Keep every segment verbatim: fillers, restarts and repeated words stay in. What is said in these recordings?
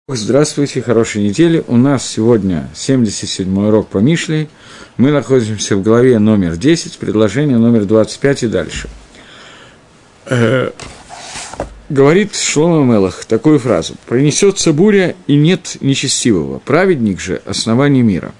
Здравствуйте, хорошей недели. У нас сегодня семьдесят седьмой урок по Мишле. Мы находимся в главе номер десять, предложение номер двадцать пять и дальше. Э, говорит Шломо Мелех такую фразу: «Пронесется буря, и нет нечестивого, праведник же – основание мира».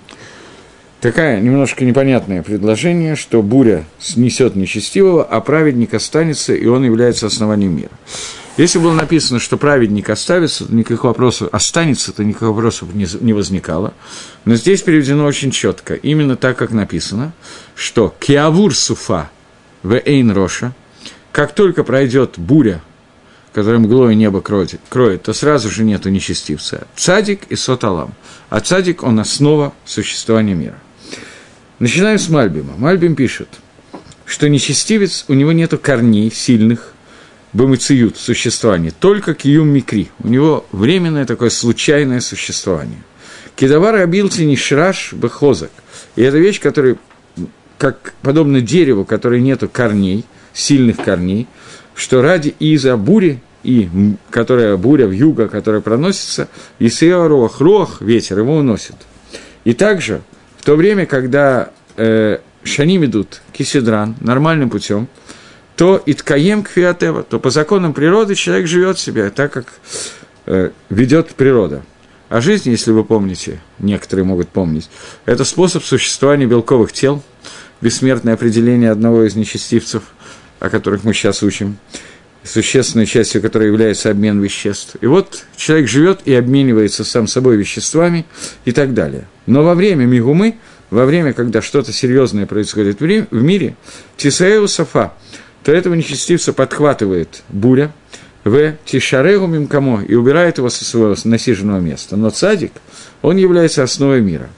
Такое немножко непонятное предложение, что буря снесет нечестивого, а праведник останется, и он является основанием мира. Если было написано, что праведник оставится, то никаких вопросов, останется, то никаких вопросов не, не возникало. Но здесь переведено очень четко, именно так, как написано, что «киавур суфа в эйн роша», как только пройдет буря, которая мглой небо кроет, кроет, то сразу же нету нечестивца. Цадик и соталам. А цадик – он основа существования мира. Начинаем с Мальбима. Мальбим пишет, что нечестивец, у него нету корней сильных, бэмыциют, существование, только киюм микри. У него временное такое случайное существование. Кидавар абилти нишраш бехозак. И это вещь, которая, как подобно дереву, которой нету корней, сильных корней, что ради и из-за бури, и которая буря в юго, которая проносится, и сеарох, рох, ветер, его уносит. И также в то время, когда э, шаним идут киседран нормальным путем, то иткаем кфиатева, то по законам природы человек живет себе так, как э, ведет природа. А жизнь, если вы помните, некоторые могут помнить, это способ существования белковых тел, бессмертное определение одного из нечестивцев, о которых мы сейчас учим, существенной частью которой является обмен веществ. И вот человек живет и обменивается сам собой веществами и так далее. Но во время мигумы, во время, когда что-то серьезное происходит в мире, тисаэу сафа, то этого нечестивца подхватывает буря, в тишарегу мимкамо, и убирает его со своего насиженного места. Но цадик, он является основой мира.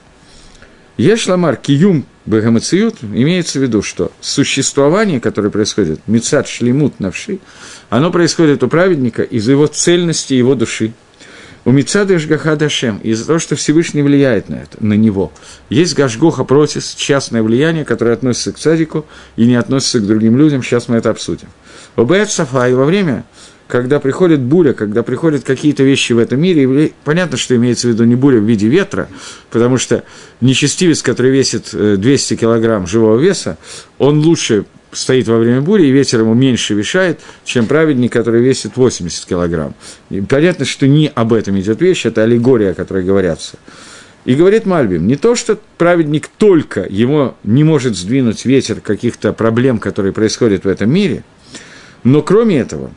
Ешламар киюм бегамациют, имеется в виду, что существование, которое происходит, мицат шлемут навши, оно происходит у праведника из-за его цельности его души. У мицада Ишгаха Дашем, из-за того, что Всевышний влияет на это, на него. Есть Гашгоха Протис, частное влияние, которое относится к цадику и не относится к другим людям, сейчас мы это обсудим. Обэт Сафа, и во время, когда приходит буря, когда приходят какие-то вещи в этом мире, понятно, что имеется в виду не буря в виде ветра, потому что нечестивец, который весит двести килограмм живого веса, он лучше стоит во время бури, и ветер ему меньше мешает, чем праведник, который весит восемьдесят килограмм. И понятно, что не об этом идет речь, это аллегория, о которой говорятся. И говорит Мальбим, не то, что праведник только, его не может сдвинуть ветер каких-то проблем, которые происходят в этом мире, но кроме этого,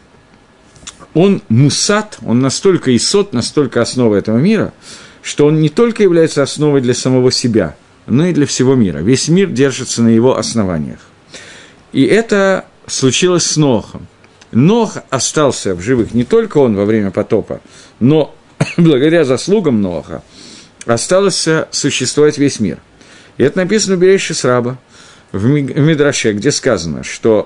он мусат, он настолько исот, настолько основа этого мира, что он не только является основой для самого себя, но и для всего мира. Весь мир держится на его основаниях. И это случилось с Ноахом. Ноах остался в живых не только он во время потопа, но благодаря заслугам Ноаха остался существовать весь мир. И это написано в Берешит Раба, в Мидраше, где сказано, что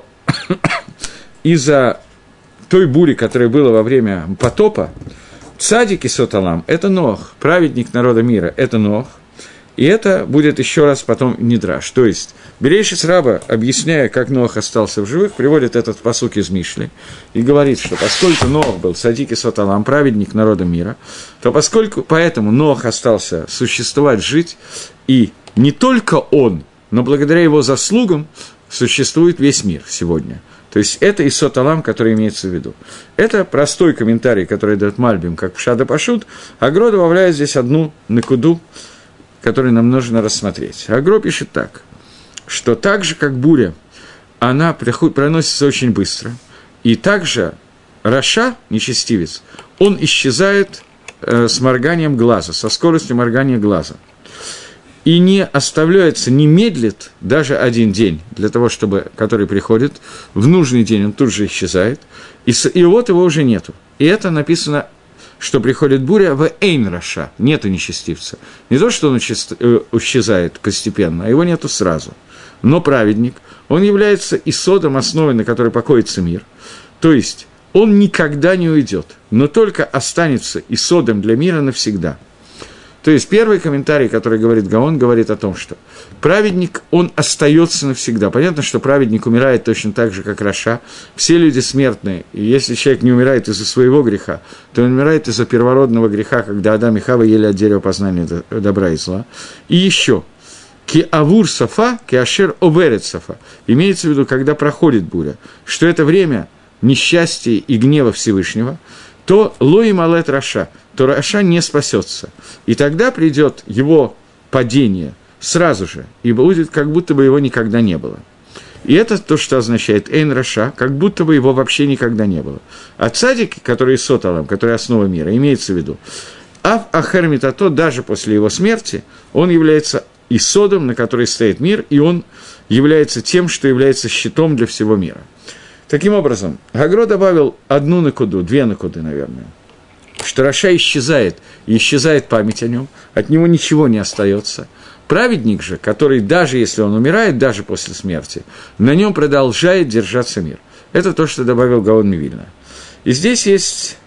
из-за той бури, которая была во время потопа, цадик и соталам – это Ноах, праведник народа мира – это Ноах. И это будет еще раз потом Мидраш. То есть Берешит Раба, объясняя, как Ноах остался в живых, приводит этот пасук из Мишли и говорит, что поскольку Ноах был цадик и соталам, праведник народа мира, то поскольку поэтому Ноах остался существовать, жить, и не только он, но благодаря его заслугам существует весь мир сегодня. То есть это и соталам, который имеется в виду. Это простой комментарий, который дает Мальбим, как Пшат и Пашут, а Гро добавляет здесь одну накуду, который нам нужно рассмотреть. Агро пишет так, что так же, как буря, она проносится очень быстро, и также Раша, нечестивец, он исчезает э, с морганием глаза, со скоростью моргания глаза, и не оставляется, не медлит даже один день, для того, чтобы, который приходит, в нужный день он тут же исчезает, и, и вот его уже нету. И это написано, что приходит буря в эйн раша, нету нечестивца. Не то, что он исчезает постепенно, а его нету сразу. Но праведник, он является исодом, основой, на которой покоится мир. То есть он никогда не уйдет, но только останется исодом для мира навсегда. То есть первый комментарий, который говорит Гаон, говорит о том, что праведник, он остается навсегда. Понятно, что праведник умирает точно так же, как раша. Все люди смертные, и если человек не умирает из-за своего греха, то он умирает из-за первородного греха, когда Адам и Хава ели от дерева познания добра и зла. И еще, ки авур сафа, ки ашер оверет сафа. Имеется в виду, когда проходит буря, что это время несчастья и гнева Всевышнего, то лои малет раша, то раша не спасется. И тогда придет его падение сразу же, и будет, как будто бы его никогда не было. И это то, что означает эйн раша, как будто бы его вообще никогда не было. А цадик, который соталам, который основа мира, имеется в виду, ав ахер митато, даже после его смерти, он является исодом, на который стоит мир, и он является тем, что является щитом для всего мира. Таким образом, Гагро добавил одну накуду, две накуды, наверное, что раша исчезает, и исчезает память о нем, от него ничего не остается. Праведник же, который даже если он умирает, даже после смерти, на нем продолжает держаться мир. Это то, что добавил Гаон Мивильна. И здесь есть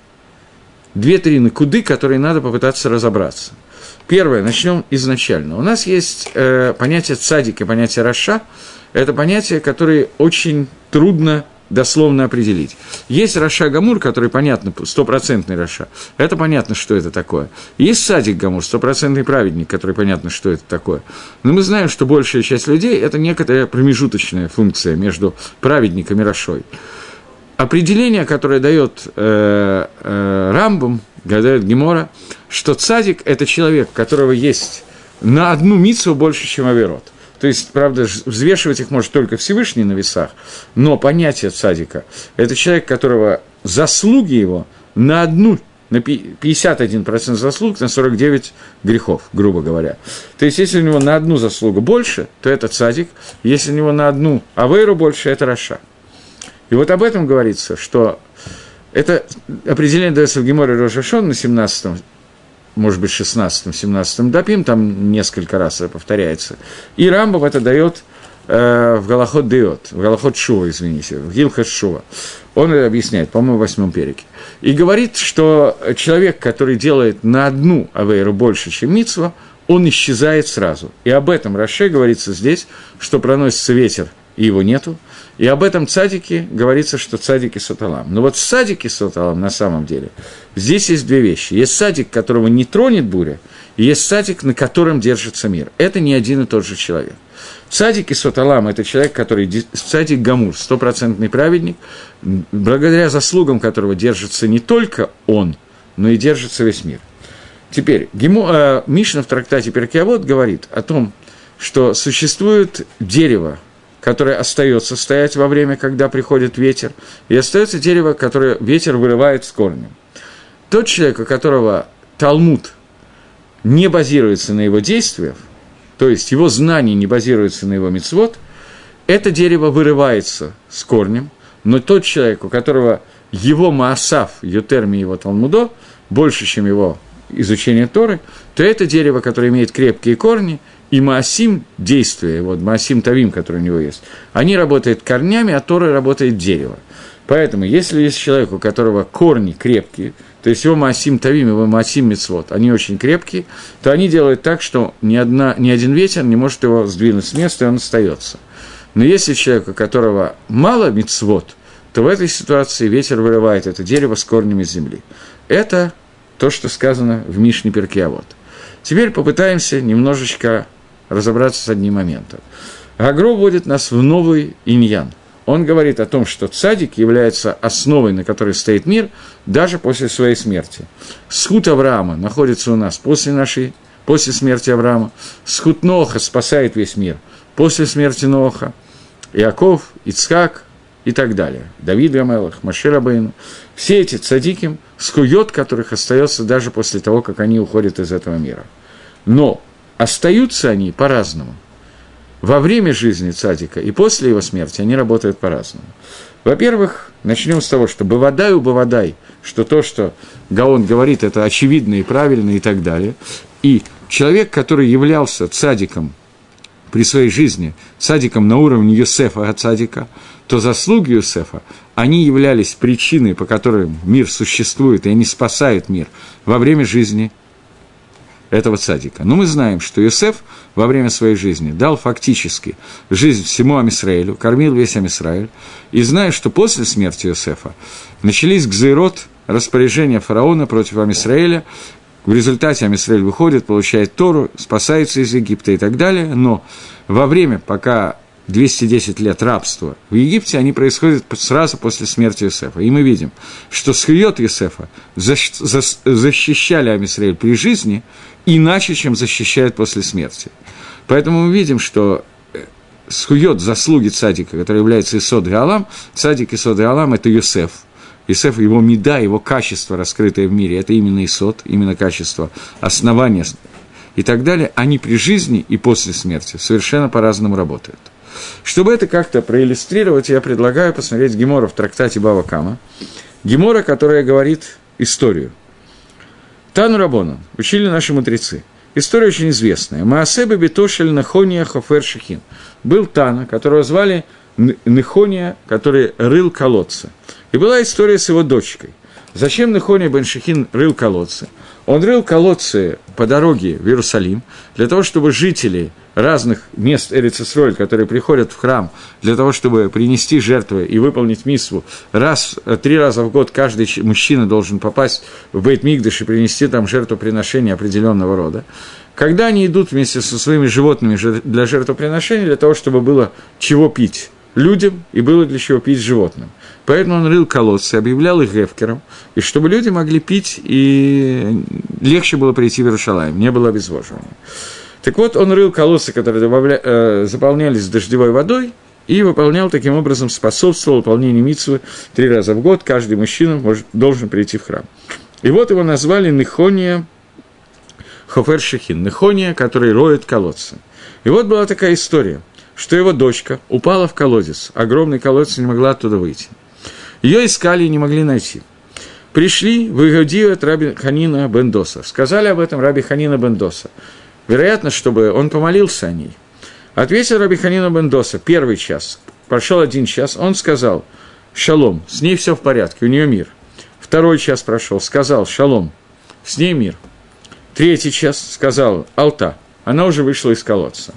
две-три накуды, которые надо попытаться разобраться. Первое, начнем изначально. У нас есть э, понятие цадик и понятие раша. Это понятия, которые очень трудно дословно определить. Есть раша гамур, который, понятно, стопроцентный раша. Это понятно, что это такое. Есть садик гамур, стопроцентный праведник, который понятно, что это такое. Но мы знаем, что большая часть людей – это некоторая промежуточная функция между праведником и рашой. Определение, которое дает э, э, Рамбам, дает Гемора, что цадик – это человек, у которого есть на одну мицву больше, чем аверот. То есть, правда, взвешивать их может только Всевышний на весах, но понятие цадика – это человек, которого заслуги его на одну, на пятьдесят один процент заслуг, на сорок девять грехов, грубо говоря. То есть, если у него на одну заслугу больше, то это цадик, если у него на одну авейру больше, это раша. И вот об этом говорится, что это определение дается в Геморе Рош ха-Шон на семнадцатом, может быть, шестнадцатом-семнадцатом дапим, там несколько раз это повторяется. И Рамбам это дает э, в Галахот Деот, в Галахот Шува, извините, в Гилхот Шува. Он это объясняет, по-моему, в восьмом перике. И говорит, что человек, который делает на одну авейру больше, чем мицва, он исчезает сразу. И об этом Раше говорится здесь, что проносится ветер, и его нету. И об этом цадике говорится, что цадики соталам. Но вот цадики соталам на самом деле, здесь есть две вещи. Есть цадик, которого не тронет буря, и есть цадик, на котором держится мир. Это не один и тот же человек. Цадик и соталам – это человек, который цадик гамур, стопроцентный праведник, благодаря заслугам которого держится не только он, но и держится весь мир. Теперь, Гему, э, Мишна в трактате Перкей Авот говорит о том, что существует дерево, которое остается стоять во время, когда приходит ветер, и остается дерево, которое ветер вырывает с корнем. Тот человек, у которого Талмуд не базируется на его действиях, то есть его знания не базируются на его мицвот, это дерево вырывается с корнем, но тот человек, у которого его маасав, ютерми его Талмудо, больше, чем его изучение Торы, то это дерево, которое имеет крепкие корни, и маасим, действия, вот маасим тавим, который у него есть, они работают корнями, а Тора работает дерево. Поэтому, если есть человек, у которого корни крепкие, то есть его маасим тавим, его маасим мицвот, они очень крепкие, то они делают так, что ни, одна, ни один ветер не может его сдвинуть с места, и он остается. Но если человек, у которого мало мицвот, то в этой ситуации ветер вырывает это дерево с корнями земли. Это то, что сказано в Мишне Перкей Авот. Теперь попытаемся немножечко разобраться с одним моментом. Гагро вводит нас в новый иньян. Он говорит о том, что цадик является основой, на которой стоит мир, даже после своей смерти. Схут Авраама находится у нас после нашей, после смерти Авраама. Схут Ноха спасает весь мир после смерти Ноха. Иаков, Ицхак и так далее. Давид Гамелах, Моше Рабейну. Все эти цадики, скует которых остается даже после того, как они уходят из этого мира. Но остаются они по-разному. Во время жизни цадика и после его смерти они работают по-разному. Во-первых, начнем с того, что бывадай у бывадай, что то, что Гаон говорит, это очевидно и правильно и так далее. И человек, который являлся цадиком при своей жизни, цадиком на уровне Йосефа цадика, то заслуги Йосефа, они являлись причиной, по которой мир существует, и они спасают мир во время жизни этого цадика. Но мы знаем, что Йосеф во время своей жизни дал фактически жизнь всему Ам-Исраэлю, кормил весь Ам-Исраэль, и зная, что после смерти Йосефа начались гзейрот, распоряжения фараона против Ам-Исраэля, в результате Ам-Исраэль выходит, получает Тору, спасается из Египта и так далее, но во время, пока двести десять лет рабства в Египте, они происходят сразу после смерти Йосефа. И мы видим, что схуйот Йосефа защищали Ам-Исраэль при жизни иначе, чем защищают после смерти. Поэтому мы видим, что схуйот заслуги цадика, который является Исод Галам, цадик Исод Галам – это Йосеф. Йосеф, его мида, его качество, раскрытое в мире, это именно Исод, именно качество основания и так далее, они при жизни и после смерти совершенно по-разному работают. Чтобы это как-то проиллюстрировать, я предлагаю посмотреть Гемора в трактате Бава Кама. Гемора, которая говорит историю. Тану Рабонан, учили наши мудрецы. История очень известная. Маасебе битошель Нехония Хофер Шехин. Был Тана, которого звали Нехония, который рыл колодцы. И была история с его дочкой. Зачем Нехония бен Шехин рыл колодцы? Он рыл колодцы по дороге в Иерусалим, для того, чтобы жители разных мест Эрец-Исроэль, которые приходят в храм, для того, чтобы принести жертвы и выполнить мисву, раз, три раза в год каждый мужчина должен попасть в Бейт-Микдаш и принести там жертвоприношение определенного рода. Когда они идут вместе со своими животными для жертвоприношения, для того, чтобы было чего пить людям и было для чего пить животным. Поэтому он рыл колодцы, объявлял их гефкером, и чтобы люди могли пить, и легче было прийти в Иерушалаим, не было обезвоживания. Так вот, он рыл колодцы, которые добавля... э, заполнялись дождевой водой, и выполнял таким образом, способствовал выполнению мицвы три раза в год, каждый мужчина может, должен прийти в храм. И вот его назвали Нехония Хофер Шехин, Нехония, который роет колодцы. И вот была такая история, что его дочка упала в колодец, огромный колодец, не могла оттуда выйти. Ее искали и не могли найти. Пришли в Игудию от Раби Ханина бен Доса. Сказали об этом Раби Ханина бен Доса. Вероятно, чтобы он помолился о ней. Ответил Раби Ханина бен Доса, первый час, прошел один час, он сказал: «Шалом, с ней все в порядке, у нее мир». Второй час прошел, сказал: «Шалом, с ней мир». Третий час сказал: «Алта, она уже вышла из колодца».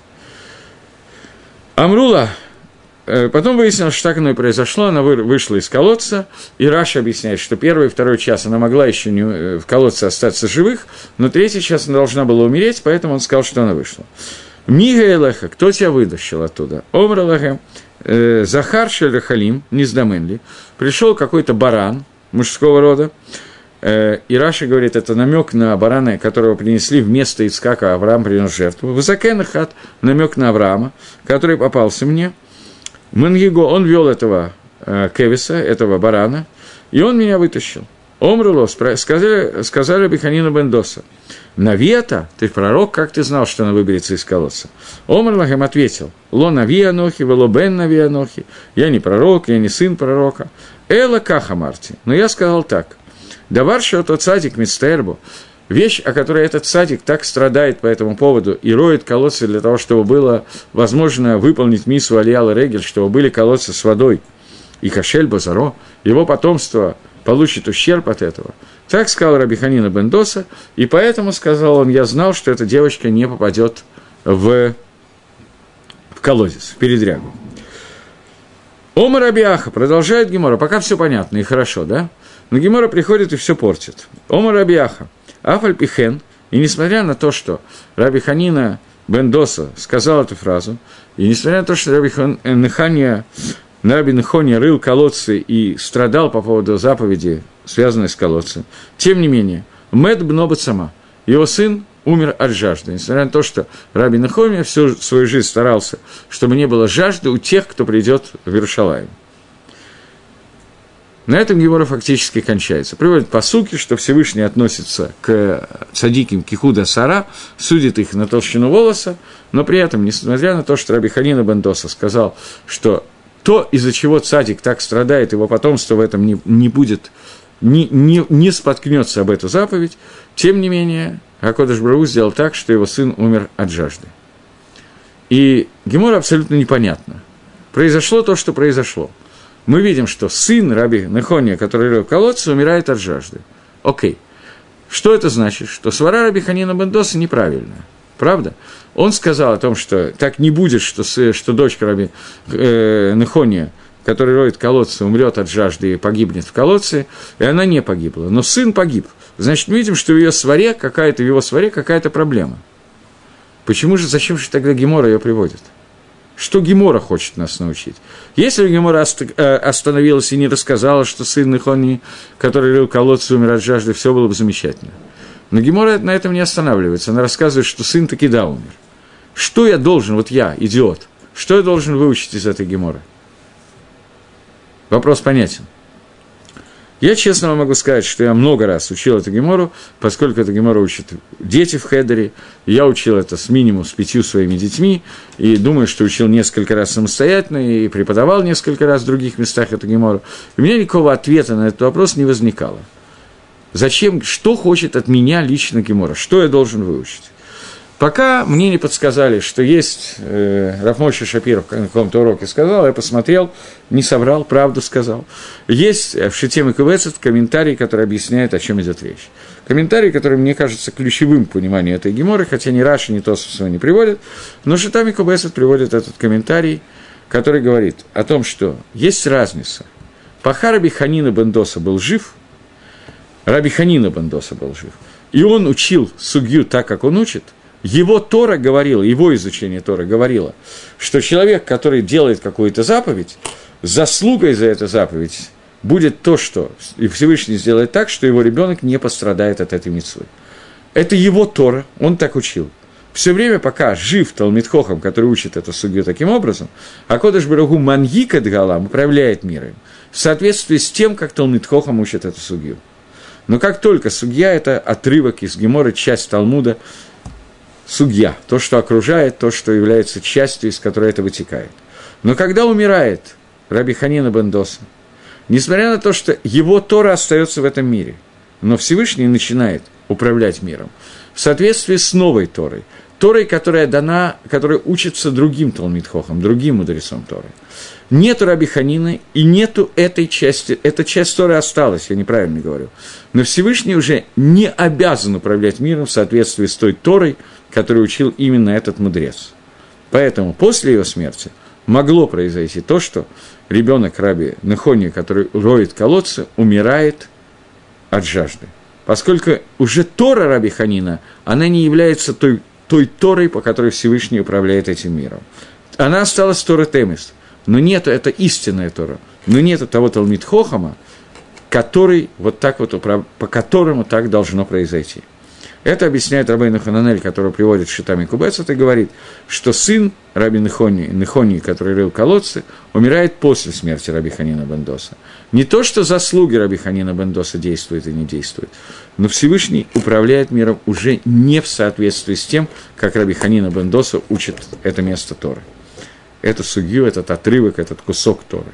Амрула, потом выяснилось, что так оно и произошло, она вышла из колодца, и Раши объясняет, что первый и второй час она могла еще не, в колодце остаться живых, но третий час она должна была умереть, поэтому он сказал, что она вышла. Мига Элеха, кто тебя вытащил оттуда? Омр Элеха, Захар Шелехалим, Низдаменли, пришел какой-то баран мужского рода, и Раши говорит, это намек на барана, которого принесли вместо Ицкака, Авраам принес жертву. Высокена хат, намек на Авраама, который попался мне. Мангиго, он вел этого э, кевиса, этого барана, и он меня вытащил. Омруло, сказали, сказали Биханина бен Доса: «Навиата, ты пророк, как ты знал, что она выберется из колодца?» Омрлах им ответил: «Ло нави анохи, вело бен нави анохи». Я не пророк, я не сын пророка. «Эла каха марти». Но я сказал так: «Давар шото цадик мицтербу». Вещь, о которой этот цадик так страдает по этому поводу и роет колодцы для того, чтобы было возможно выполнить миссу Алиял и Регель, чтобы были колодцы с водой, и Кашель Базаро, его потомство получит ущерб от этого. Так сказал Раби Ханина бен Доса, и поэтому, сказал он, я знал, что эта девочка не попадет в, в колодец, в передрягу. Ома Раби Аха, продолжает Гемора, пока все понятно и хорошо, да? Но Гемора приходит и все портит. Ома Раби Аха. Афаль Пихен, и несмотря на то, что Раби Ханина бен Доса сказал эту фразу, и несмотря на то, что Раби Нехания, Раби Нехония рыл колодцы и страдал по поводу заповеди, связанной с колодцем, тем не менее, Мед бно сама, его сын умер от жажды, несмотря на то, что Раби Нехония всю свою жизнь старался, чтобы не было жажды у тех, кто придет в Иерушалаим. На этом Гемора фактически кончается. Приводит пасуки, что Всевышний относится к цадиким Кихуда Сара, судит их на толщину волоса, но при этом, несмотря на то, что Раби Ханина бен Доса сказал, что то, из-за чего цадик так страдает, его потомство в этом не, не будет, не, не, не споткнется об эту заповедь, тем не менее, ха-Кодеш Барух Ху сделал так, что его сын умер от жажды. И Гемора абсолютно непонятно. Произошло то, что произошло. Мы видим, что сын Раби Нехония, который рыл колодцы, умирает от жажды. Окей. Что это значит? Что свара Раби Ханина бен Доса неправильная. Правда? Он сказал о том, что так не будет, что, что дочка Раби э, Нехония, который роет колодцы, умрет от жажды и погибнет в колодце, и она не погибла. Но сын погиб. Значит, мы видим, что в ее сваре какая-то, в его сваре какая-то проблема. Почему же, зачем же тогда Гемора ее приводит? Что Гемора хочет нас научить? Если бы Гемора остановилась и не рассказала, что сын Нехонии, который рыл колодцы, умер от жажды, все было бы замечательно. Но Гемора на этом не останавливается. Она рассказывает, что сын таки да умер. Что я должен, вот я, идиот, что я должен выучить из этой Геморы? Вопрос понятен. Я честно вам могу сказать, что я много раз учил эту Гемору, поскольку эту Гемору учат дети в хедере. Я учил это с минимум с пятью своими детьми, и думаю, что учил несколько раз самостоятельно, и преподавал несколько раз в других местах эту Гемору. И у меня никакого ответа на этот вопрос не возникало. Зачем, что хочет от меня лично Гемора, что я должен выучить? Пока мне не подсказали, что есть, э, Рав Моше Шапиров на каком-то уроке сказал, я посмотрел, не соврал, правду сказал. Есть в Шите Микубецет комментарий, который объясняет, о чем идет речь. Комментарий, который, мне кажется, ключевым в понимании этой Геморы, хотя ни Раши, ни Тосфос его не приводят, но Шита Микубецет приводит этот комментарий, который говорит о том, что есть разница. Пока Раби Ханина бен Доса был жив, Раби Ханина бен Доса был жив, и он учил сугью так, как он учит, его Тора говорила, его изучение Торы говорило, что человек, который делает какую-то заповедь, заслугой за эту заповедь будет то, что и Всевышний сделает так, что его ребенок не пострадает от этой мицвы. Это его Тора, он так учил. Все время, пока жив Талмид Хохам, который учит эту сугью таким образом, а Кодеш Барух Гу маньик эт галам, управляет миром, в соответствии с тем, как Талмид Хохам учит эту сугью. Но как только сугья – это отрывок из Геморы, часть Талмуда, сугья, то, что окружает, то, что является частью, из которой это вытекает. Но когда умирает Раби Ханина бен Доса, несмотря на то, что его Тора остается в этом мире, но Всевышний начинает управлять миром в соответствии с новой Торой, Торой, которая дана, которая учится другим Талмид Хохам, другим мудрецом Торы. Нету Раби Ханины и нету этой части, эта часть Торы осталась, я неправильно говорю. Но Всевышний уже не обязан управлять миром в соответствии с той Торой, которую учил именно этот мудрец. Поэтому после его смерти могло произойти то, что ребенок Раби Нехонии, который роет колодцы, умирает от жажды. Поскольку уже Тора Раби Ханина, она не является той, той Торой, по которой Всевышний управляет этим миром. Она осталась Тора Темис, но нет, это истинная Тора, но нет того Талмид Хохама, который вот так вот, по которому так должно произойти. Это объясняет Рабейну Хананель, который приводит Шита Микубецет и говорит, что сын Раби Нехонии, Нехонии, который рыл колодцы, умирает после смерти Раби Ханина бен Доса. Не то, что заслуги Раби Ханина бен Доса действуют и не действуют, но Всевышний управляет миром уже не в соответствии с тем, как Раби Ханина бен Доса учит это место Торы. Эту сугью, этот отрывок, этот кусок Торы.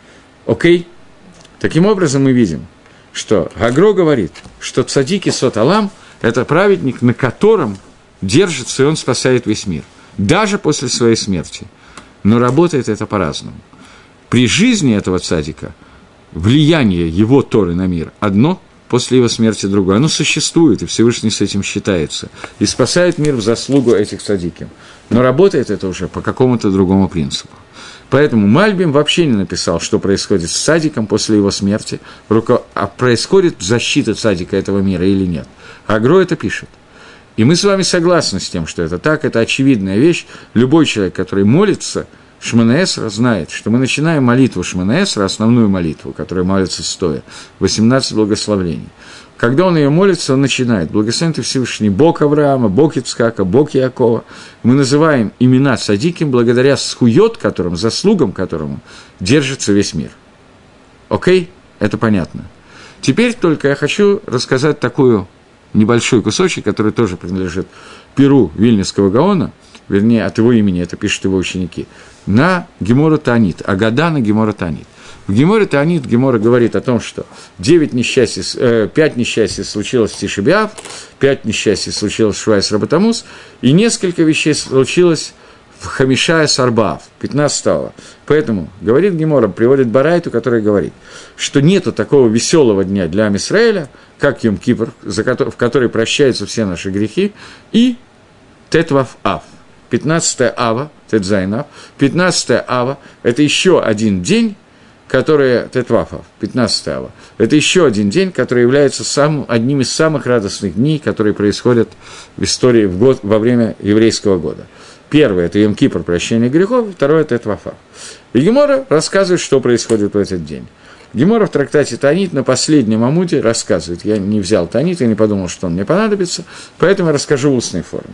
Окей? Таким образом мы видим, что Гагро говорит, что цадики сот алам – это праведник, на котором держится, и он спасает весь мир, даже после своей смерти. Но работает это по-разному. При жизни этого цадика влияние его Торы на мир одно, после его смерти другое. Оно существует, и Всевышний с этим считается, и спасает мир в заслугу этих цадиким. Но работает это уже по какому-то другому принципу. Поэтому Мальбим вообще не написал, что происходит с цадиком после его смерти, а происходит защита цадика этого мира или нет. Агро это пишет. И мы с вами согласны с тем, что это так, это очевидная вещь. Любой человек, который молится, Шмона Эсра, знает, что мы начинаем молитву Шмона Эсра, основную молитву, которая молится стоя, восемнадцать благословений. Когда он ее молится, он начинает: «Благословен ты Всевышний, Бог Авраама, Бог Ицхака, Бог Иакова». Мы называем имена цадиким благодаря схуйот, которым, заслугам которому держится весь мир. Окей? Это понятно. Теперь только я хочу рассказать такую небольшой кусочек, который тоже принадлежит перу Вильнюсского Гаона, вернее, от его имени, это пишут его ученики, на Гемору Таанит, Агада на Гемору Таанит. В Геморе Таанит Гемора говорит о том, что девять несчастий, э, пять несчастий случилось в Тиши б'Ав, пять несчастий случилось в Швайс Рабатамус, и несколько вещей случилось в Хамишая Сарбаав, пятнадцатого. Поэтому, говорит Гемора, приводит Барайту, который говорит, что нету такого веселого дня для Ам Исраэля, как Йом-Кипр, в который прощаются все наши грехи, и Тетвав Ав, пятнадцатое Ава, Тетзайн Ав, пятнадцатое Ава, это еще один день, который, Тетвав Ав, пятнадцатое Ава, это еще один день, который является самым, одним из самых радостных дней, которые происходят в истории в год, во время еврейского года. Первое – это Йом-Кипр, прощение грехов, второе – это Тетвав Ав. И Гемора рассказывает, что происходит в этот день. Гемора в трактате Таанит на последнем амуде рассказывает. Я не взял Таанит, я не подумал, что он мне понадобится, поэтому я расскажу в устной форме.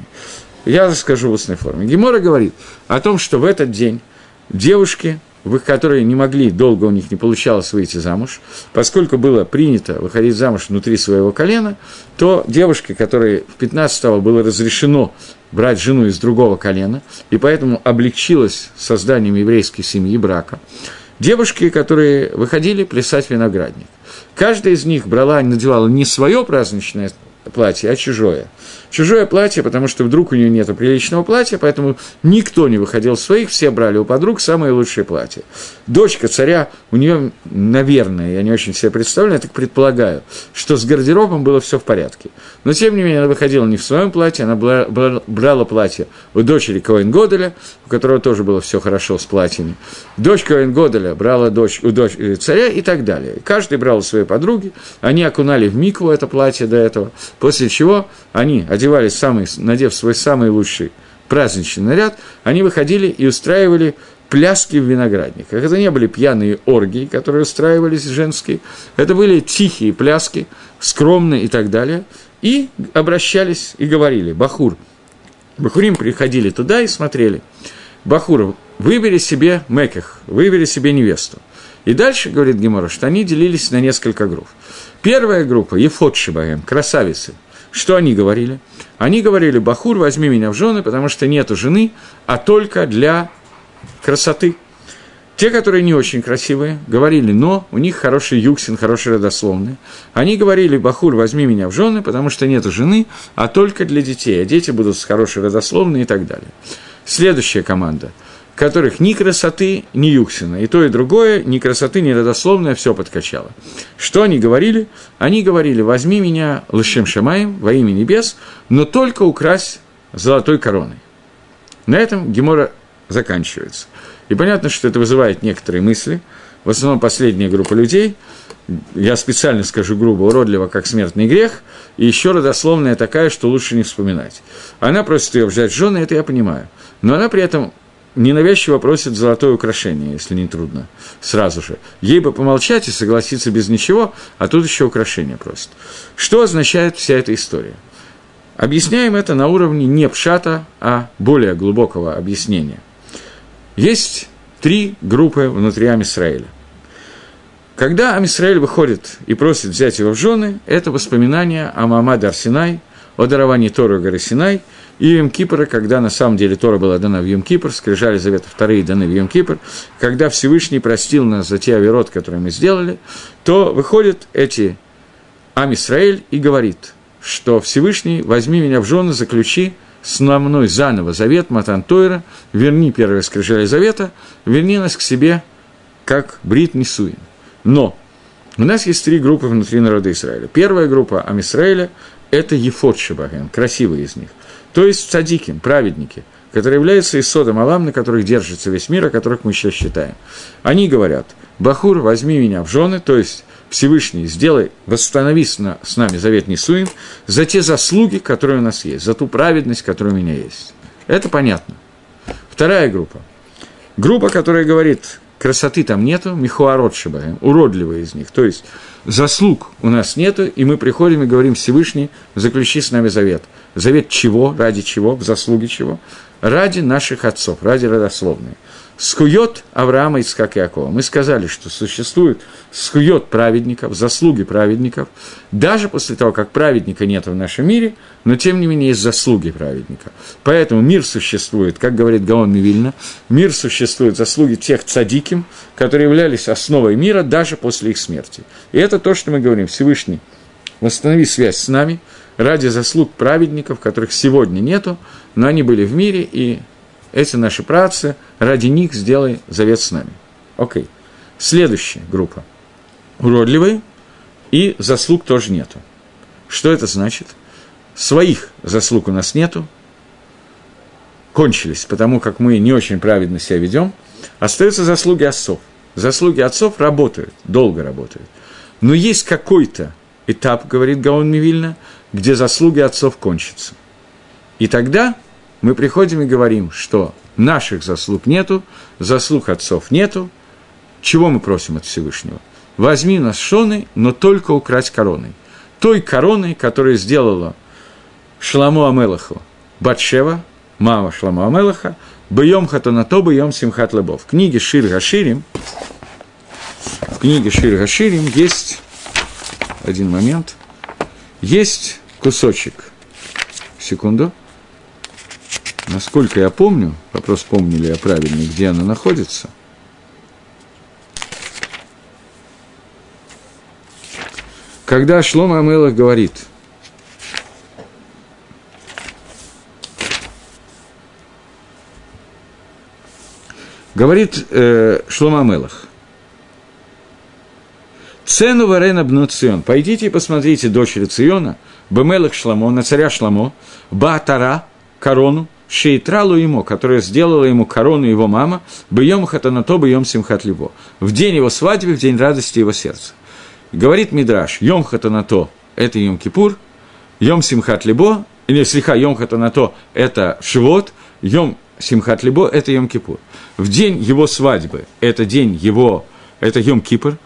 Я расскажу в устной форме. Гемора говорит о том, что в этот день девушки, которые не могли, долго у них не получалось выйти замуж, поскольку было принято выходить замуж внутри своего колена, то девушки, которые в пятнадцатого было разрешено брать жену из другого колена, и поэтому облегчилось созданием еврейской семьи, брака, девушки, которые выходили плясать виноградник. Каждая из них брала, надевала не свое праздничное платье, а чужое. Чужое платье, потому что вдруг у нее нет приличного платья, поэтому никто не выходил в своих, все брали у подруг самые лучшие платья. Дочка царя, у нее, наверное, я не очень себе представляю, я так предполагаю, что с гардеробом было все в порядке. Но, тем не менее, она выходила не в своем платье, она брала, брала платье у дочери Коэн Годеля, у которого тоже было все хорошо с платьями. Дочь Коэн Годеля брала дочь, у дочь, царя и так далее. Каждый брал у своей подруги, они окунали в микву это платье до этого, после чего они одевались, самый, надев свой самый лучший праздничный наряд, они выходили и устраивали пляски в виноградниках. Это не были пьяные оргии, которые устраивались женские, это были тихие пляски, скромные и так далее, и обращались и говорили: «Бахур». Бахурим приходили туда и смотрели: «Бахур, выбери себе мекех, выбери себе невесту». И дальше, говорит Гемора, что они делились на несколько групп. Первая группа – Ефот Шибаэм, красавицы. Что они говорили? Они говорили: «Бахур, возьми меня в жены, потому что нету жены, а только для красоты». Те, которые не очень красивые, говорили: «Но», у них хороший юксин, хороший родословный. Они говорили: «Бахур, возьми меня в жены, потому что нету жены, а только для детей, а дети будут с хорошей родословной» и так далее. Следующая команда, которых ни красоты, ни юксина, и то, и другое, ни красоты, ни родословное, все подкачало. Что они говорили? Они говорили: «Возьми меня лышем шамаем, во имя небес, но только укрась золотой короной». На этом Гемора заканчивается. И понятно, что это вызывает некоторые мысли, в основном последняя группа людей, я специально скажу грубо, уродливо, как смертный грех, и еще родословная такая, что лучше не вспоминать. Она просит ее взять в жены, это я понимаю, но она при этом ненавязчиво просит золотое украшение, если не трудно, сразу же. Ей бы помолчать и согласиться без ничего, а тут еще украшение просит. Что означает вся эта история? Объясняем это на уровне не пшата, а более глубокого объяснения. Есть три группы внутри Ам Исраэля. Когда Ам Исраэль выходит и просит взять его в жены, это воспоминания о Маамаде Ар-Синай, о даровании Торы горы Синай, и Йом-Кипра, когда на самом деле Тора была дана в Йом-Кипр, скрижали завета вторые даны в Йом-Кипр, когда Всевышний простил нас за те авирот, которые мы сделали, то выходят эти Ам Исраэль и говорит, что Всевышний: «Возьми меня в жены, заключи с мной заново завет, Матан Тойра, верни первые скрижали завета, верни нас к себе, как Брит Нисуин». Но у нас есть три группы внутри народа Израиля. Первая группа Ам Исраэля – это Ефот Шебаген, красивые из них. То есть цадиким, праведники, которые являются исодом Алам, на которых держится весь мир, о которых мы сейчас считаем. Они говорят: «Бахур, возьми меня в жены», то есть Всевышний, сделай, восстанови с нами завет Нисуин за те заслуги, которые у нас есть, за ту праведность, которая у меня есть. Это понятно. Вторая группа. Группа, которая говорит: красоты там нету, михуарот шебаем, уродливые из них, то есть заслуг у нас нету, и мы приходим и говорим: Всевышний, заключи с нами завет. Завет чего? Ради чего? В заслуге чего? Ради наших отцов, ради родословной. Скует Авраама, Ицхака и Иакова. Мы сказали, что существует скует праведников, заслуги праведников, даже после того, как праведника нет в нашем мире, но тем не менее есть заслуги праведника. Поэтому мир существует, как говорит Гаон Мивильна, мир существует заслуги тех цадиким, которые являлись основой мира даже после их смерти. И это то, что мы говорим: Всевышний, восстанови связь с нами ради заслуг праведников, которых сегодня нету, но они были в мире, и эти наши праотцы, ради них сделай завет с нами. Окей. Следующая группа. Уродливые, и заслуг тоже нету. Что это значит? Своих заслуг у нас нету, кончились, потому как мы не очень праведно себя ведем. Остаются заслуги отцов. Заслуги отцов работают, долго работают. Но есть какой-то этап, говорит Гаон Мивильна, где заслуги отцов кончатся. И тогда мы приходим и говорим, что наших заслуг нету, заслуг отцов нету. Чего мы просим от Всевышнего? Возьми нас шоны, но только украсть короной. Той короной, которую сделала Шламо Амелаху Батшева, мама Шламо Амелаха, «Бьем хатонато, бьем симхат лебо». В книге Шир Гаширим, в книге Шир Гаширим есть, один момент, есть кусочек, секунду, насколько я помню, вопрос, помню ли я правильно, где она находится, когда Шломо Амелах говорит, говорит э, Шломо Амелах, «Цену варена бнут Цион». Пойдите и посмотрите дочери Циона, Бемелах Шламо, на царя Шламо, Баатара, корону, Шейтралу ему, которая сделала ему корону его мама, Бьем хатанато, бьем симхат либо. В день его свадьбы, в день радости его сердца. Говорит Мидраш, Йом хатанато – это Йом Кипур, Йом симхат либо, или слиха, Йом хатанато – это Шивот, Йом симхат либо – это Йом Кипур. В день его свадьбы, это день его, это Йом Кипур,